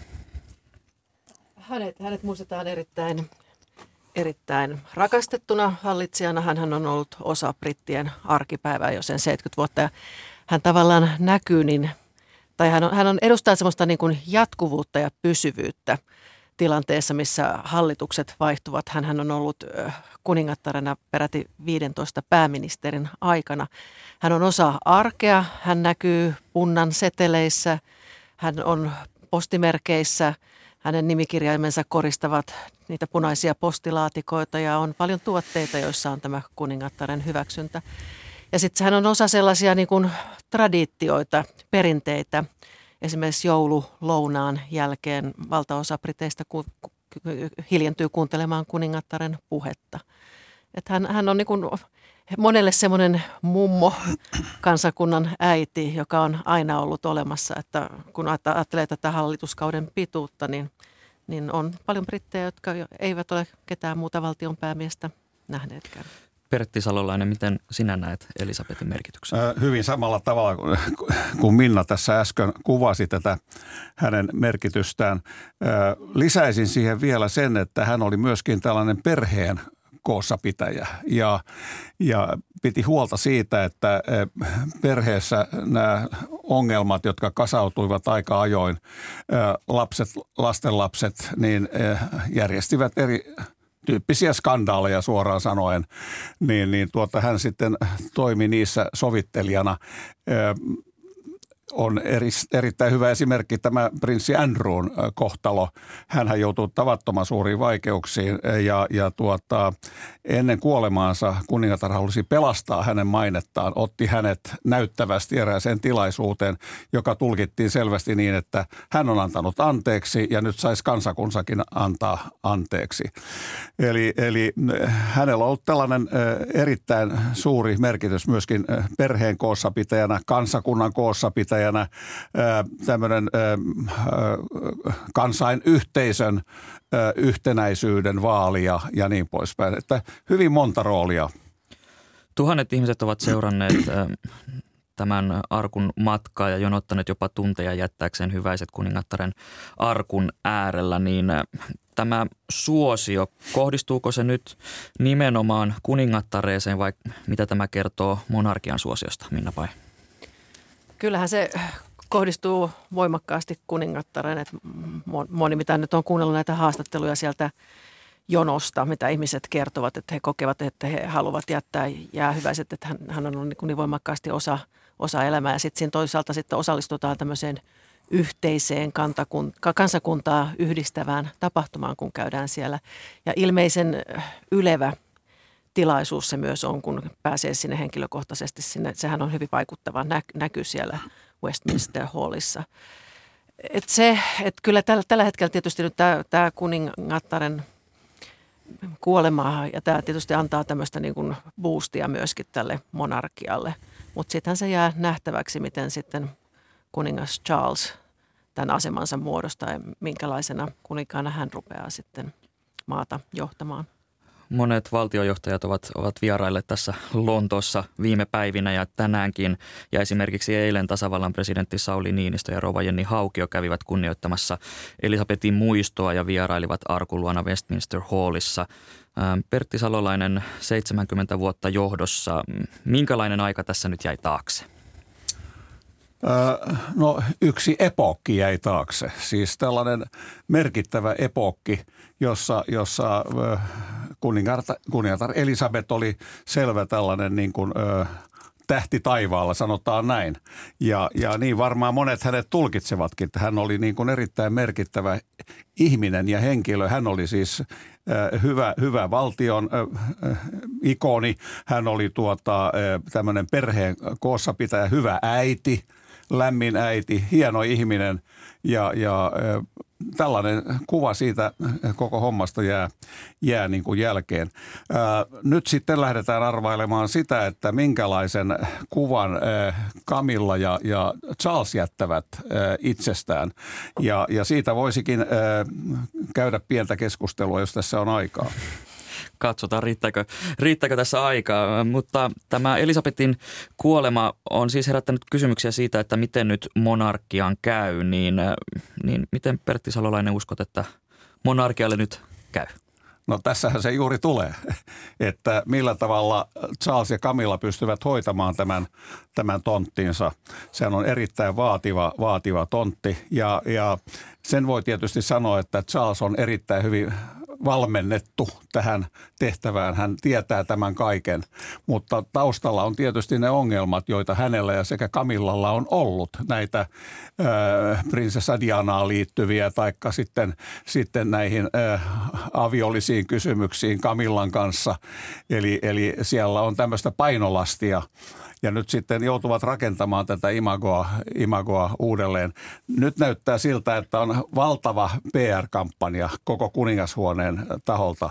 Hänet, hänet muistetaan erittäin, erittäin rakastettuna hallitsijana. Hänhän on ollut osa brittien arkipäivää jo sen seitsemänkymmentä vuotta ja hän tavallaan näkyy, niin, tai hän on, hän on edustaa semmoista niin kuin jatkuvuutta ja pysyvyyttä tilanteessa, missä hallitukset vaihtuvat. Hänhän on ollut kuningattarena peräti viidentoista pääministerin aikana. Hän on osa arkea, hän näkyy punnan seteleissä, hän on postimerkeissä, hänen nimikirjaimensa koristavat niitä punaisia postilaatikoita ja on paljon tuotteita, joissa on tämä kuningattaren hyväksyntä. Ja sitten hän on osa sellaisia niin kuin traditioita, perinteitä. Esimerkiksi joululounaan jälkeen valtaosa briteistä ku, ku, hiljentyy kuuntelemaan kuningattaren puhetta. Että hän, hän on niin kuin monelle semmoinen mummo, kansakunnan äiti, joka on aina ollut olemassa. Että kun ajattelee tätä hallituskauden pituutta, niin, niin on paljon brittejä, jotka eivät ole ketään muuta valtionpäämiestä nähneetkään. Pertti Salolainen, miten sinä näet Elisabetin merkityksen? Hyvin samalla tavalla kuin Minna tässä äsken kuvasi tätä hänen merkitystään. Lisäisin siihen vielä sen, että hän oli myöskin tällainen perheen koossapitäjä ja, ja piti huolta siitä, että perheessä nämä ongelmat, jotka kasautuivat aika ajoin, lapset, lastenlapset, niin järjestivät eri tyyppisiä skandaaleja suoraan sanoen, niin, niin tuota, hän sitten toimi niissä sovittelijana. Ö, on eri, erittäin hyvä esimerkki tämä prinssi Andrewn kohtalo. Hänhän joutui tavattoman suuriin vaikeuksiin ja, ja tuota, ennen kuolemaansa kuningatar halusi pelastaa hänen mainettaan. Otti hänet näyttävästi erääseen tilaisuuteen, joka tulkittiin selvästi niin, että hän on antanut anteeksi ja nyt saisi kansakunsakin antaa anteeksi. Eli, eli hänellä on ollut tällainen erittäin suuri merkitys myöskin perheen koossapitäjänä, kansakunnan koossapitäjänä, tämmöinen kansainyhteisön yhtenäisyyden vaalija ja niin poispäin. Että hyvin monta roolia. Tuhannet ihmiset ovat seuranneet tämän arkun matkaa ja jonottaneet jopa tunteja jättääkseen hyväiset kuningattaren arkun äärellä, niin tämä suosio, kohdistuuko se nyt nimenomaan kuningattareeseen vai mitä tämä kertoo monarkian suosiosta, Minna Pai? Kyllähän se kohdistuu voimakkaasti kuningattaren, että moni, mitä nyt on kuunnellut näitä haastatteluja sieltä jonosta, mitä ihmiset kertovat, että he kokevat, että he haluavat jättää jäähyväiset, että hän, hän on niin, niin voimakkaasti osa, osa elämää. Ja sitten siinä toisaalta sitten osallistutaan tämmöiseen yhteiseen kansakuntaa yhdistävään tapahtumaan, kun käydään siellä. Ja ilmeisen ylevä tilaisuus se myös on, kun pääsee sinne henkilökohtaisesti sinne. Sehän on hyvin vaikuttava nä- näky siellä Westminster Hallissa. Et se, et kyllä tällä, tällä hetkellä tietysti nyt tämä kuningattaren kuolema ja tämä tietysti antaa tämmöistä niin kuin boostia myöskin tälle monarkialle. Mutta sittenhän se jää nähtäväksi, miten sitten kuningas Charles tämän asemansa muodostaa ja minkälaisena kuninkaana hän rupeaa sitten maata johtamaan. Monet valtiojohtajat ovat, ovat vierailleet tässä Lontoossa viime päivinä ja tänäänkin. Ja esimerkiksi eilen tasavallan presidentti Sauli Niinistö ja rouva Jenni Haukio kävivät kunnioittamassa Elisabetin muistoa ja vierailivat arkun luona Westminster Hallissa. Pertti Salolainen, seitsemänkymmentä vuotta johdossa. Minkälainen aika tässä nyt jäi taakse? No yksi epokki jäi taakse, siis tällainen merkittävä epokki, jossa, jossa kuningatar, kuningatar Elisabeth oli selvä tällainen niin kuin, ö, tähti taivaalla, sanotaan näin. Ja, ja niin varmaan monet hänet tulkitsevatkin, että hän oli niin kuin erittäin merkittävä ihminen ja henkilö. Hän oli siis ö, hyvä, hyvä valtion ö, ö, ikoni, hän oli tuota, ö, tämmöinen perheen koossapitäjä, hyvä äiti, lämmin äiti, hieno ihminen ja, ja ö, tällainen kuva siitä koko hommasta jää, jää niin kuin jälkeen. Ää, nyt sitten lähdetään arvailemaan sitä, että minkälaisen kuvan ää, Camilla ja, ja Charles jättävät ää, itsestään. Ja, ja siitä voisikin ää, käydä pientä keskustelua, jos tässä on aikaa. Katsotaan, riittääkö, riittääkö tässä aikaa, mutta tämä Elisabetin kuolema on siis herättänyt kysymyksiä siitä, että miten nyt monarkian käy, niin, niin miten Pertti Salolainen uskot, että monarkialle nyt käy? No tässähän se juuri tulee, että millä tavalla Charles ja Camilla pystyvät hoitamaan tämän, tämän tonttinsa. Sehän on erittäin vaativa, vaativa tontti ja, ja sen voi tietysti sanoa, että Charles on erittäin hyvin valmennettu tähän tehtävään. Hän tietää tämän kaiken, mutta taustalla on tietysti ne ongelmat, joita hänellä ja sekä Camillalla on ollut. Näitä äh, prinsessa Dianaan liittyviä taikka sitten, sitten näihin äh, aviollisiin kysymyksiin Camillan kanssa. Eli, eli siellä on tämmöistä painolastia. Ja nyt sitten joutuvat rakentamaan tätä imagoa, imagoa uudelleen. Nyt näyttää siltä, että on valtava P R-kampanja koko kuningashuoneen taholta.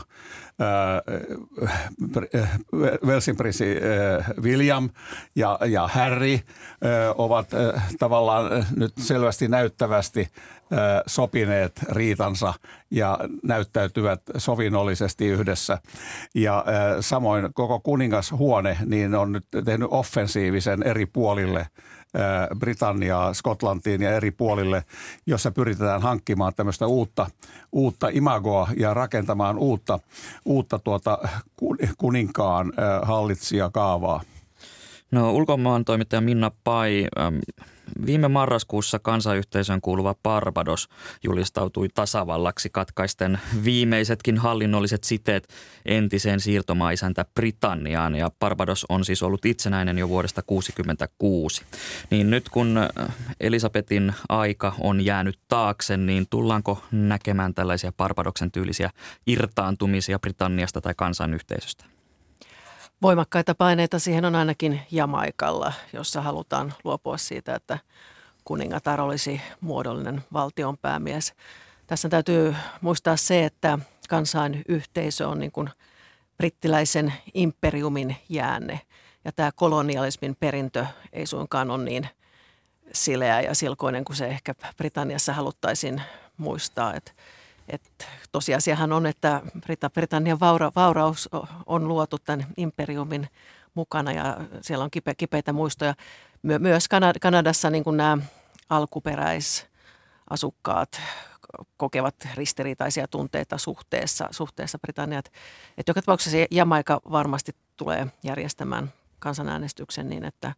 Walesin prinssi William ja, ja Harry ovat tavallaan nyt selvästi näyttävästi sopineet riitansa ja näyttäytyvät sovinnollisesti yhdessä. Ja samoin koko kuningashuone niin on nyt tehnyt offensiivisen eri puolille Britanniaa, Skotlantiin ja eri puolille, jossa pyritään hankkimaan tämmöistä uutta, uutta imagoa ja rakentamaan uutta, uutta tuota kuninkaan hallitsijakaavaa. No ulkomaan toimittaja Minna Pai, viime marraskuussa kansayhteisöön kuuluva Barbados julistautui tasavallaksi katkaisten viimeisetkin hallinnolliset siteet entiseen siirtomaisäntä Britanniaan ja Barbados on siis ollut itsenäinen jo vuodesta tuhatyhdeksänsataakuusikymmentäkuusi. Niin nyt kun Elisabetin aika on jäänyt taakse, niin tullaanko näkemään tällaisia Barbadoksen tyylisiä irtaantumisia Britanniasta tai kansanyhteisöstä? Voimakkaita paineita siihen on ainakin Jamaikalla, jossa halutaan luopua siitä, että kuningatar olisi muodollinen valtionpäämies. Tässä täytyy muistaa se, että kansainyhteisö on niin kuin brittiläisen imperiumin jäänne. Ja tämä kolonialismin perintö ei suinkaan ole niin sileä ja silkoinen kuin se ehkä Britanniassa haluttaisiin muistaa, että Et tosiasiahan on, että Britannian vaura, vauraus on luotu tämän imperiumin mukana ja siellä on kipe, kipeitä muistoja. My, myös Kanadassa niin kuin nämä alkuperäisasukkaat kokevat ristiriitaisia tunteita suhteessa, suhteessa Britanniaan. Et joka tapauksessa Jamaika varmasti tulee järjestämään kansanäänestyksen niin, että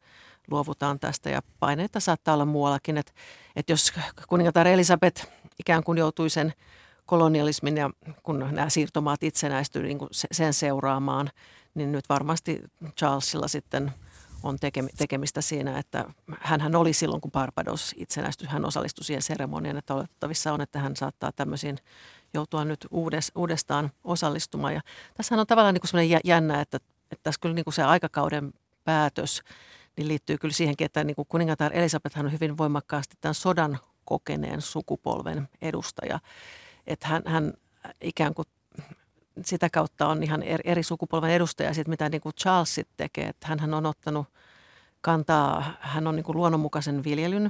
luovutaan tästä ja paineita saattaa olla muuallakin, että, että jos kuningatar Elisabeth ikään kuin joutui sen kolonialismin ja kun nämä siirtomaat itsenäistyivät niin sen seuraamaan, niin nyt varmasti Charlesilla sitten on tekemistä siinä, että hänhän oli silloin, kun Barbados itsenäistyi, hän osallistui siihen seremoniaan, että oletettavissa on, että hän saattaa tämmöisiin joutua nyt uudestaan osallistumaan. Ja tässähän on tavallaan niin kuin sellainen jännä, että, että tässä kyllä niin kuin se aikakauden päätös niin liittyy kyllä siihenkin, että niin kuin kuningatar Elisabeth hän on hyvin voimakkaasti tämän sodan kokeneen sukupolven edustaja. Että hän, hän ikään kuin sitä kautta on ihan eri sukupolven edustaja siitä, mitä niin kuin Charles sitten tekee. Että hänhän on ottanut kantaa, hän on niin kuin luonnonmukaisen viljelyn,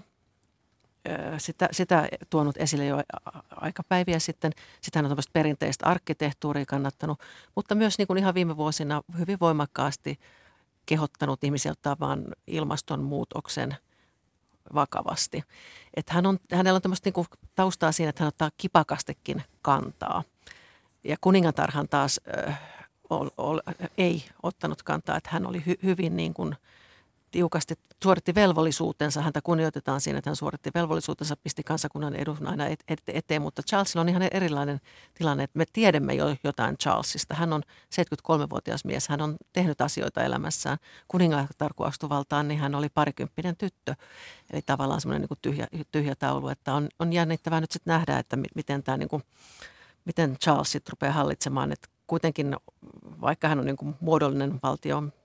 sitä, sitä tuonut esille jo aikapäiviä sitten. Sitten hän on tämmöistä perinteistä arkkitehtuuria kannattanut, mutta myös niin kuin ihan viime vuosina hyvin voimakkaasti kehottanut ihmisiä ottamaan ilmastonmuutoksen vakavasti. Että hän on, hänellä on tämmöistä niin kuin taustaa siinä, että hän ottaa kipakastikin kantaa. Ja kuningatarhan taas äh, ol, ol, ei ottanut kantaa, että hän oli hy, hyvin niin kuin tiukasti suoritti velvollisuutensa. Häntä kunnioitetaan siinä, että hän suoritti velvollisuutensa, pisti kansakunnan edun aina et, et, eteen. Mutta Charlesilla on ihan erilainen tilanne, että me tiedämme jo jotain Charlesista. Hän on seitsemänkymmentäkolmevuotias mies, hän on tehnyt asioita elämässään. Kuningatar kun astui valtaan, niin hän oli parikymppinen tyttö. Eli tavallaan semmoinen niin kuin tyhjä, tyhjä taulu, että on, on jännittävää nyt sitten nähdä, että miten tämä niin kuin miten Charles sitten rupeaa hallitsemaan, että kuitenkin vaikka hän on niin kuin muodollinen valtion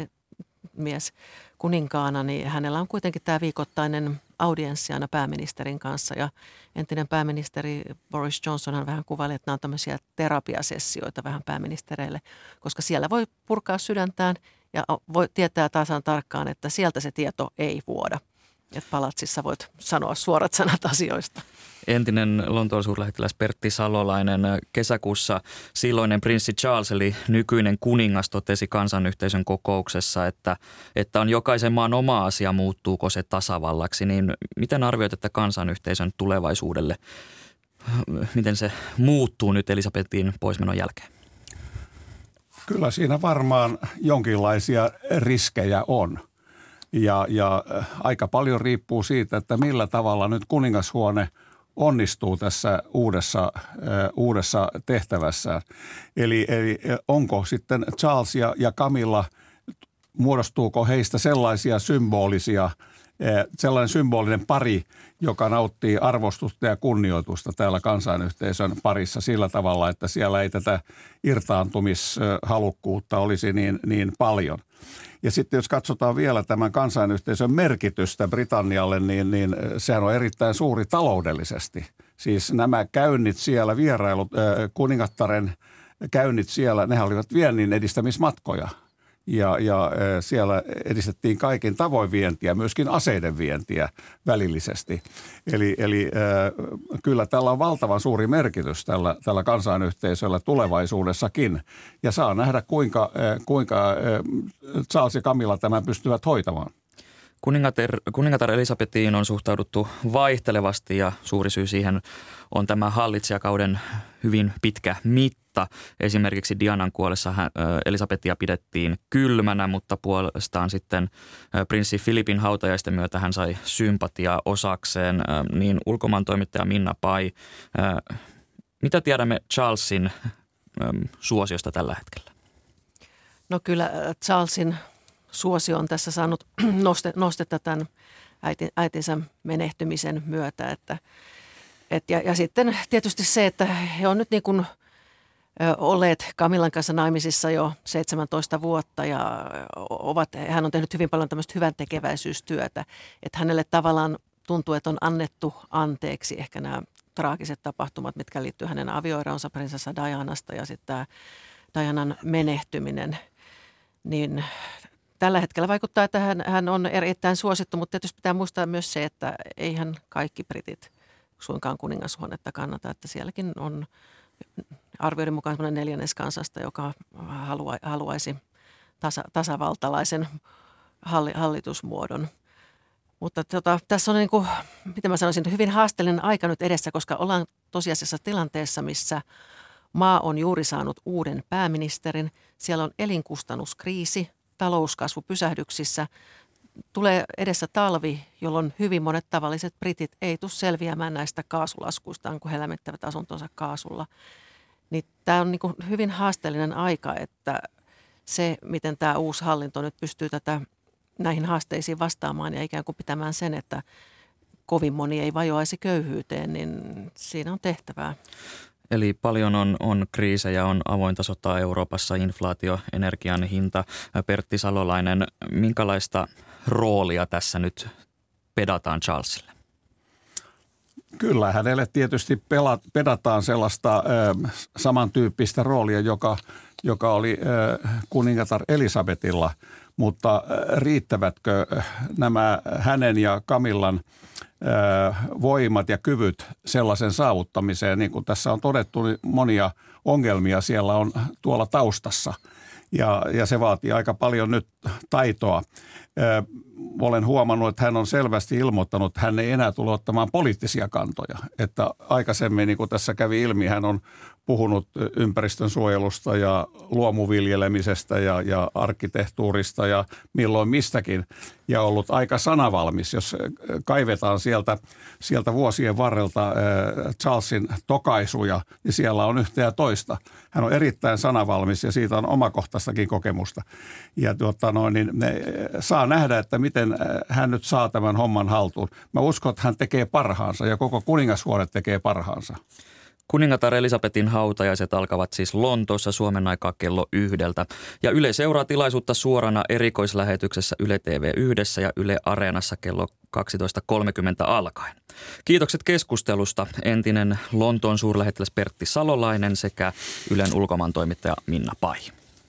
päämies kuninkaana, niin hänellä on kuitenkin tämä viikoittainen audienssi aina pääministerin kanssa ja entinen pääministeri Boris Johnson hän vähän kuvaili, että nämä on tämmöisiä terapiasessioita vähän pääministereille, koska siellä voi purkaa sydäntään ja voi tietää tasan tarkkaan, että sieltä se tieto ei vuoda. Että palatsissa voit sanoa suorat sanat asioista. Entinen Lontoon suurlähettiläs Pertti Salolainen, kesäkuussa silloinen prinssi Charles eli nykyinen kuningas totesi kansanyhteisön kokouksessa, että, että on jokaisen maan oma asia, muuttuuko se tasavallaksi. Niin miten arvioit, että kansanyhteisön tulevaisuudelle, miten se muuttuu nyt Elisabetin poismenon jälkeen? Kyllä siinä varmaan jonkinlaisia riskejä on. Ja, ja aika paljon riippuu siitä, että millä tavalla nyt kuningashuone onnistuu tässä uudessa, äh, uudessa tehtävässä. Eli, eli onko sitten Charles ja, ja Camilla, muodostuuko heistä sellaisia symbolisia, äh, sellainen symbolinen pari, joka nauttii arvostusta ja kunnioitusta täällä kansainyhteisön parissa sillä tavalla, että siellä ei tätä irtaantumishalukkuutta olisi niin, niin paljon. Ja sitten jos katsotaan vielä tämän kansainyhteisön merkitystä Britannialle, niin, niin sehän on erittäin suuri taloudellisesti. Siis nämä käynnit siellä, vierailut, äh, kuningattaren käynnit siellä, nehän olivat viennin edistämismatkoja. Ja, ja äh, siellä edistettiin kaikin tavoin vientiä, myöskin aseiden vientiä välillisesti. Eli, eli äh, kyllä tällä on valtavan suuri merkitys tällä, tällä kansainyhteisöllä tulevaisuudessakin. Ja saa nähdä, kuinka, äh, kuinka äh, Charles ja Camilla tämän pystyvät hoitamaan. Kuningatar, kuningatar Elisabetiin on suhtauduttu vaihtelevasti ja suuri syy siihen on tämä hallitsijakauden hyvin pitkä mitta. Esimerkiksi Dianan kuollessa Elisabetia pidettiin kylmänä, mutta puolestaan sitten prinssi Filipin hautajaisten myötä hän sai sympatiaa osakseen. Niin ulkomaan toimittaja Minna Pai, mitä tiedämme Charlesin suosiosta tällä hetkellä? No kyllä Charlesin suosio on tässä saanut nostetta tämän äitinsä menehtymisen myötä. Että, et ja, ja sitten tietysti se, että he on nyt niin kuin olleet Camillan kanssa naimisissa jo seitsemäntoista vuotta ja ovat, hän on tehnyt hyvin paljon tämmöistä hyvän tekeväisyystyötä. Että hänelle tavallaan tuntuu, että on annettu anteeksi ehkä nämä traagiset tapahtumat, mitkä liittyy hänen avioeronsa prinsessa Dianasta ja sitten tämä Dianan menehtyminen. Niin tällä hetkellä vaikuttaa, että hän, hän on erittäin suosittu, mutta tietysti pitää muistaa myös se, että eihän kaikki britit suinkaan kuningashuonetta kannata, että sielläkin on arvioiden mukaan sellainen neljännes kansasta, joka halua, haluaisi tasa, tasavaltalaisen halli, hallitusmuodon. Mutta tota, tässä on niin kuin, miten mä sanoisin, hyvin haasteellinen aika nyt edessä, koska ollaan tosiasiassa tilanteessa, missä maa on juuri saanut uuden pääministerin. Siellä on elinkustannuskriisi, talouskasvu pysähdyksissä. tulee edessä talvi, jolloin hyvin monet tavalliset britit ei tule selviämään näistä kaasulaskuistaan, kun he lämmittävät asuntonsa kaasulla. Niin tämä on niin kuin hyvin haasteellinen aika, että se, miten tämä uusi hallinto nyt pystyy tätä näihin haasteisiin vastaamaan ja ikään kuin pitämään sen, että kovin moni ei vajoaisi köyhyyteen, niin siinä on tehtävää. Eli paljon on, on kriisejä, on avointa sotaa Euroopassa, inflaatio, energian hinta. Pertti Salolainen, minkälaista roolia tässä nyt pedataan Charlesille? Kyllä, hänelle tietysti pela, pedataan sellaista ö, samantyyppistä roolia, joka, joka oli ö, kuningatar Elisabetilla, mutta ö, riittävätkö nämä hänen ja Camillan ö, voimat ja kyvyt sellaisen saavuttamiseen? Niin kuin tässä on todettu, niin monia ongelmia siellä on tuolla taustassa ja, ja se vaatii aika paljon nyt taitoa. Ö, Olen huomannut, että hän on selvästi ilmoittanut, että hän ei enää tule ottamaan poliittisia kantoja. Että aikaisemmin, niin kuin tässä kävi ilmi, hän on puhunut ympäristön suojelusta ja luomuviljelemisestä ja, ja arkkitehtuurista ja milloin mistäkin. Ja ollut aika sanavalmis, jos kaivetaan sieltä, sieltä vuosien varrelta äh, Charlesin tokaisuja, niin siellä on yhtä ja toista. Hän on erittäin sanavalmis ja siitä on omakohtaistakin kokemusta. Ja tuota, no, niin, ne, saa nähdä, että miten hän nyt saa tämän homman haltuun. Mä uskon, että hän tekee parhaansa ja koko kuningashuone tekee parhaansa. Kuningatar Elisabetin hautajaiset alkavat siis Lontoossa Suomen aikaa kello yhdeltä. Ja Yle seuraa tilaisuutta suorana erikoislähetyksessä Yle T V yhdessä ja Yle Areenassa kello kaksitoista kolmekymmentä alkaen. Kiitokset keskustelusta entinen Lontoon suurlähettiläs Pertti Salolainen sekä Ylen ulkomaantoimittaja Minna Pai.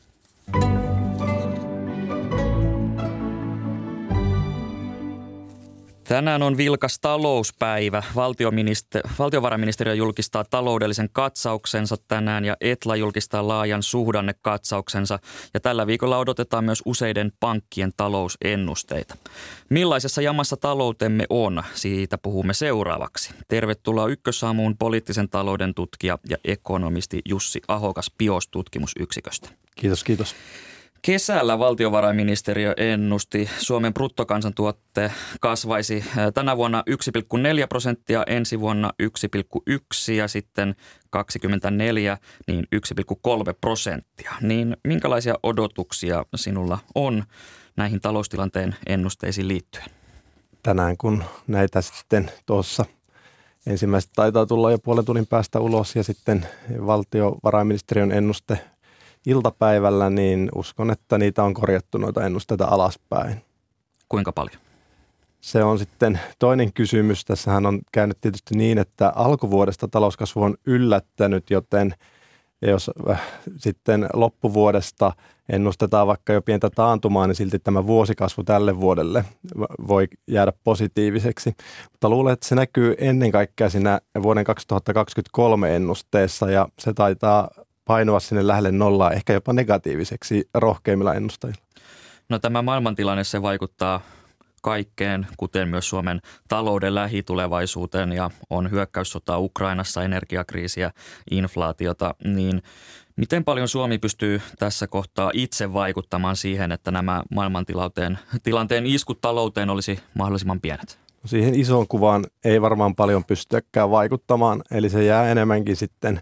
Tänään on vilkas talouspäivä. Valtiovarainministeriö julkistaa taloudellisen katsauksensa tänään ja Etla julkistaa laajan suhdannekatsauksensa. Ja tällä viikolla odotetaan myös useiden pankkien talousennusteita. Millaisessa jamassa taloutemme on? Siitä puhumme seuraavaksi. Tervetuloa Ykkösaamuun poliittisen talouden tutkija ja ekonomisti Jussi Ahokas P I O S-tutkimusyksiköstä. Kiitos, kiitos. Kesällä valtiovarainministeriö ennusti Suomen bruttokansantuotte kasvaisi tänä vuonna yksi pilkku neljä prosenttia, ensi vuonna yksi pilkku yksi ja sitten kaksikymmentäneljä niin yksi pilkku kolme prosenttia. Niin minkälaisia odotuksia sinulla on näihin taloustilanteen ennusteisiin liittyen? Tänään kun näitä sitten tuossa ensimmäistä taitaa tulla jo puolen tunnin päästä ulos ja sitten valtiovarainministeriön ennuste iltapäivällä, niin uskon, että niitä on korjattu noita ennusteita alaspäin. Kuinka paljon? Se on sitten toinen kysymys. Tässähän on käynyt tietysti niin, että alkuvuodesta talouskasvu on yllättänyt, joten jos äh, sitten loppuvuodesta ennustetaan vaikka jo pientä taantumaa, niin silti tämä vuosikasvu tälle vuodelle voi jäädä positiiviseksi. Mutta luulen, että se näkyy ennen kaikkea siinä vuoden kaksituhattakaksikymmentäkolme ennusteessa ja se taitaa painua sinne lähelle nollaa, ehkä jopa negatiiviseksi rohkeimmilla ennustajilla. No tämä maailmantilanne, se vaikuttaa kaikkeen, kuten myös Suomen talouden lähitulevaisuuteen ja on hyökkäyssota Ukrainassa, energiakriisiä, inflaatiota, niin miten paljon Suomi pystyy tässä kohtaa itse vaikuttamaan siihen, että nämä maailmantilanteen tilanteen iskut talouteen olisi mahdollisimman pienet? Siihen isoon kuvaan ei varmaan paljon pystyäkään vaikuttamaan, eli se jää enemmänkin sitten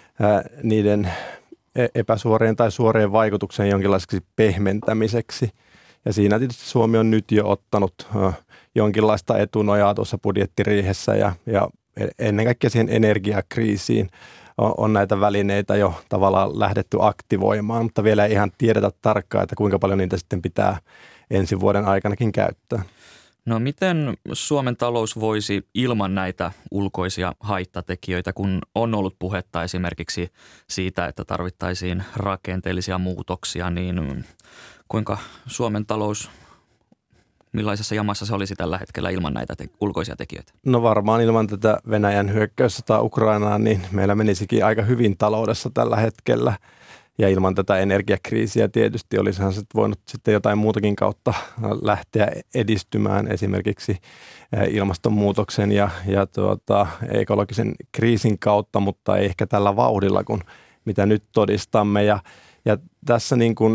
niiden epäsuorien tai suorien vaikutuksen jonkinlaiseksi pehmentämiseksi. Ja siinä tietysti Suomi on nyt jo ottanut jonkinlaista etunojaa tuossa budjettiriihessä ja, ja ennen kaikkea siihen energiakriisiin on, on näitä välineitä jo tavallaan lähdetty aktivoimaan, mutta vielä ei ihan tiedetä tarkkaan, että kuinka paljon niitä sitten pitää ensi vuoden aikanakin käyttää. No miten Suomen talous voisi ilman näitä ulkoisia haittatekijöitä, kun on ollut puhetta esimerkiksi siitä, että tarvittaisiin rakenteellisia muutoksia, niin kuinka Suomen talous, millaisessa jamassa se olisi tällä hetkellä ilman näitä te- ulkoisia tekijöitä? No varmaan ilman tätä Venäjän hyökkäyssotaa Ukrainaan, niin meillä menisikin aika hyvin taloudessa tällä hetkellä. Ja ilman tätä energiakriisiä tietysti olisihan se voinut sitten jotain muutakin kautta lähteä edistymään, esimerkiksi ilmastonmuutoksen ja, ja tuota, ekologisen kriisin kautta, mutta ei ehkä tällä vauhdilla kuin mitä nyt todistamme. Ja, ja tässä niin kuin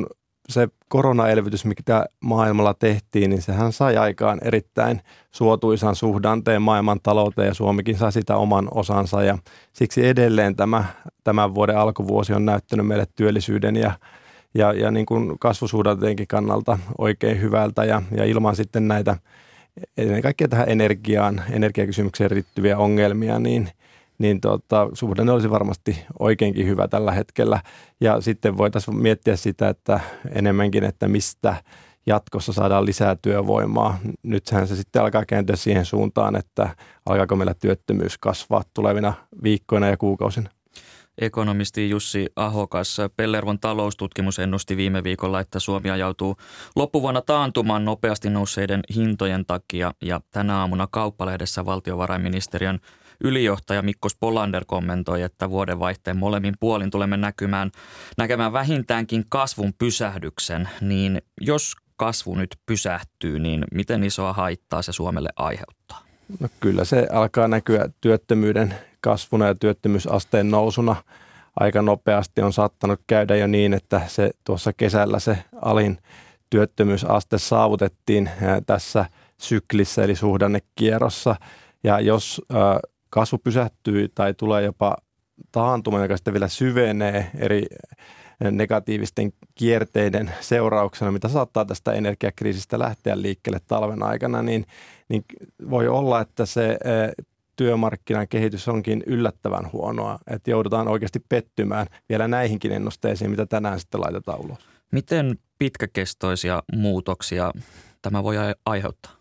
se koronaelvytys, mikä maailmalla tehtiin, niin sehän sai aikaan erittäin suotuisan suhdanteen maailman talouteen ja Suomikin sai sitä oman osansa ja siksi edelleen tämä tämän vuoden alkuvuosi on näyttänyt meille työllisyyden ja, ja, ja niin kuin kasvusuhdanteenkin kannalta oikein hyvältä ja, ja ilman sitten näitä ennen kaikkea tähän energiaan, energiakysymykseen liittyviä ongelmia, niin niin tota, suhdanne olisi varmasti oikeinkin hyvä tällä hetkellä. Ja sitten voitaisiin miettiä sitä, että enemmänkin, että mistä jatkossa saadaan lisää työvoimaa. Nythän se sitten alkaa kääntyä siihen suuntaan, että alkaako meillä työttömyys kasvaa tulevina viikkoina ja kuukausina. Ekonomisti Jussi Ahokas, Pellervon taloustutkimus ennusti viime viikolla, että Suomi ajautuu loppuvuonna taantumaan nopeasti nousseiden hintojen takia. Ja tänä aamuna Kauppalehdessä valtiovarainministeriön ylijohtaja Mikko Spolander kommentoi, että vuodenvaihteen molemmin puolin tulemme näkymään, näkemään vähintäänkin kasvun pysähdyksen. Niin jos kasvu nyt pysähtyy, niin miten isoa haittaa se Suomelle aiheuttaa? No kyllä se alkaa näkyä työttömyyden kasvuna ja työttömyysasteen nousuna. Aika nopeasti on saattanut käydä jo niin, että se tuossa kesällä se alin työttömyysaste saavutettiin tässä syklissä eli suhdannekierrossa. Ja jos kasvu pysähtyy tai tulee jopa taantuma, joka sitten vielä syvenee eri negatiivisten kierteiden seurauksena, mitä saattaa tästä energiakriisistä lähteä liikkeelle talven aikana, niin, niin voi olla, että se työmarkkinan kehitys onkin yllättävän huonoa, että joudutaan oikeasti pettymään vielä näihinkin ennusteisiin, mitä tänään sitten laitetaan ulos. Miten pitkäkestoisia muutoksia tämä voi aiheuttaa?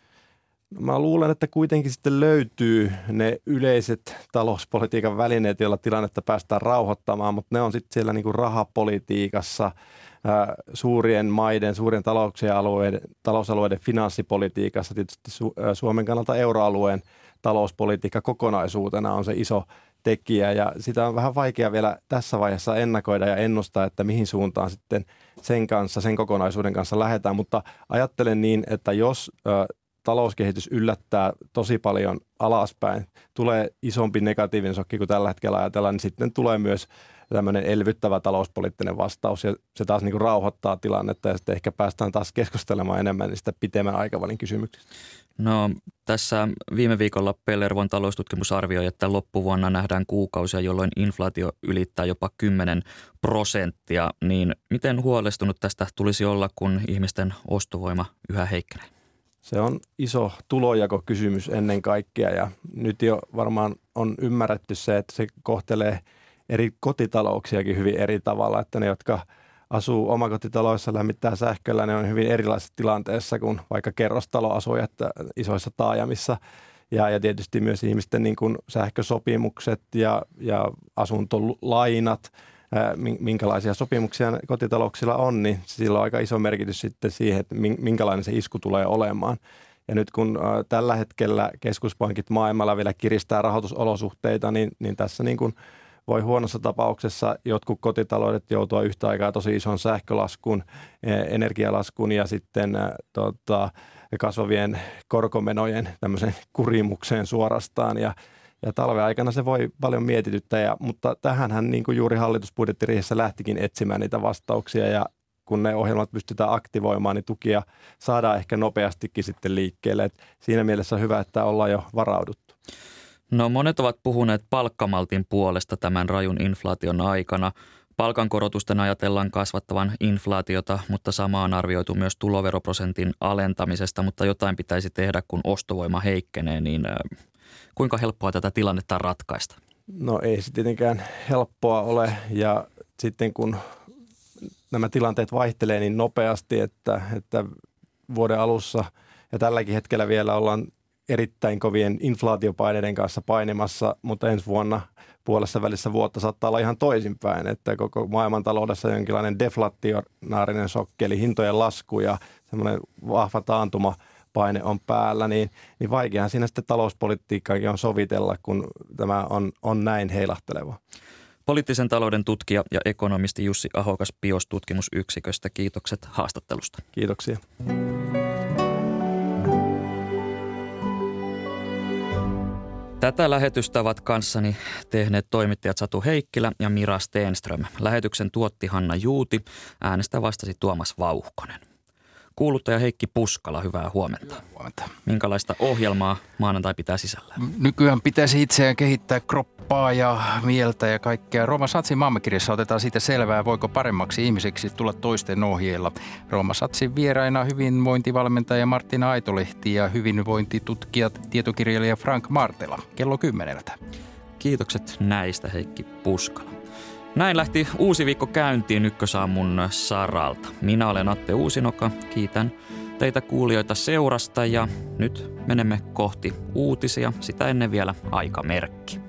Mä luulen, että kuitenkin sitten löytyy ne yleiset talouspolitiikan välineet, joilla tilannetta päästään rauhoittamaan, mutta ne on sitten siellä niin kuin rahapolitiikassa, ää, suurien maiden, suurien talouksien alueiden, talousalueiden finanssipolitiikassa, tietysti Su- ää, Suomen kannalta euroalueen talouspolitiikka kokonaisuutena on se iso tekijä ja sitä on vähän vaikea vielä tässä vaiheessa ennakoida ja ennustaa, että mihin suuntaan sitten sen kanssa, sen kokonaisuuden kanssa lähdetään, mutta ajattelen niin, että jos ää, talouskehitys yllättää tosi paljon alaspäin, tulee isompi negatiivinen shokki kuin tällä hetkellä ajatellaan, niin sitten tulee myös tämmöinen elvyttävä talouspoliittinen vastaus ja se taas niin kuin rauhoittaa tilannetta ja sitten ehkä päästään taas keskustelemaan enemmän niistä pitemmän aikavälin kysymyksistä. No tässä viime viikolla Pellervon taloustutkimus arvioi, että loppuvuonna nähdään kuukausia, jolloin inflaatio ylittää jopa kymmenen prosenttia. Niin miten huolestunut tästä tulisi olla, kun ihmisten ostovoima yhä heikkenee? Se on iso tulonjakokysymys ennen kaikkea ja nyt jo varmaan on ymmärretty se, että se kohtelee eri kotitalouksiakin hyvin eri tavalla, että ne, jotka asuu omakotitaloissa, lämmittää sähköllä, ne on hyvin erilaisessa tilanteessa kuin vaikka kerrostaloasujat isoissa taajamissa ja, ja tietysti myös ihmisten niin kuin sähkösopimukset ja, ja asuntolainat, minkälaisia sopimuksia kotitalouksilla on, niin sillä on aika iso merkitys sitten siihen, että minkälainen se isku tulee olemaan. Ja nyt kun tällä hetkellä keskuspankit maailmalla vielä kiristää rahoitusolosuhteita, niin, niin tässä niin kuin voi huonossa tapauksessa jotkut kotitaloudet joutua yhtä aikaa tosi ison sähkölaskun, energialaskun ja sitten tota, kasvavien korkomenojen tämmöiseen kurimukseen suorastaan ja Ja talven aikana se voi paljon mietityttää, ja, mutta tähänhän niin kuin juuri hallitusbudjettiriihessä lähtikin etsimään niitä vastauksia ja kun ne ohjelmat pystytään aktivoimaan, niin tukia saadaan ehkä nopeastikin sitten liikkeelle. Et siinä mielessä on hyvä, että ollaan jo varauduttu. No monet ovat puhuneet palkkamaltin puolesta tämän rajun inflaation aikana. Palkankorotusten ajatellaan kasvattavan inflaatiota, mutta sama on arvioitu myös tuloveroprosentin alentamisesta, mutta jotain pitäisi tehdä, kun ostovoima heikkenee, niin kuinka helppoa tätä tilannetta ratkaista? No ei se tietenkään helppoa ole ja sitten kun nämä tilanteet vaihtelee niin nopeasti, että, että vuoden alussa ja tälläkin hetkellä vielä ollaan erittäin kovien inflaatiopaineiden kanssa painimassa, mutta ensi vuonna puolessa välissä vuotta saattaa olla ihan toisinpäin, että koko maailmantaloudessa on jonkinlainen deflationaarinen shokki, eli hintojen lasku ja semmoinen vahva taantuma paine on päällä, niin, niin vaikeahan siinä sitten talouspolitiikkaakin on sovitella, kun tämä on, on näin heilahteleva. Poliittisen talouden tutkija ja ekonomisti Jussi Ahokas P I O S-tutkimusyksiköstä. Kiitokset haastattelusta. Kiitoksia. Tätä lähetystä ovat kanssani tehneet toimittajat Satu Heikkilä ja Mira Stenström. Lähetyksen tuotti Hanna Juuti, äänestä vastasi Tuomas Vauhkonen. Kuuluttaja Heikki Puskala, hyvää huomenta. Huomenta. Minkälaista ohjelmaa maanantai pitää sisällä? Nykyään pitäisi itseään kehittää kroppaa ja mieltä ja kaikkea. Rooma Satsin maailmankirjassa otetaan siitä selvää, voiko paremmaksi ihmiseksi tulla toisten ohjeilla. Rooma Satsin vieraina hyvinvointivalmentaja Martina Aitolehti ja hyvinvointitutkijat tietokirjailija Frank Martela. Kello kymmeneltä. Kiitokset näistä, Heikki Puskala. Näin lähti uusi viikko käyntiin Ykkösaamun saralta. Minä olen Atte Uusinoka, kiitän teitä kuulijoita seurasta ja nyt menemme kohti uutisia, sitä ennen vielä aikamerkki.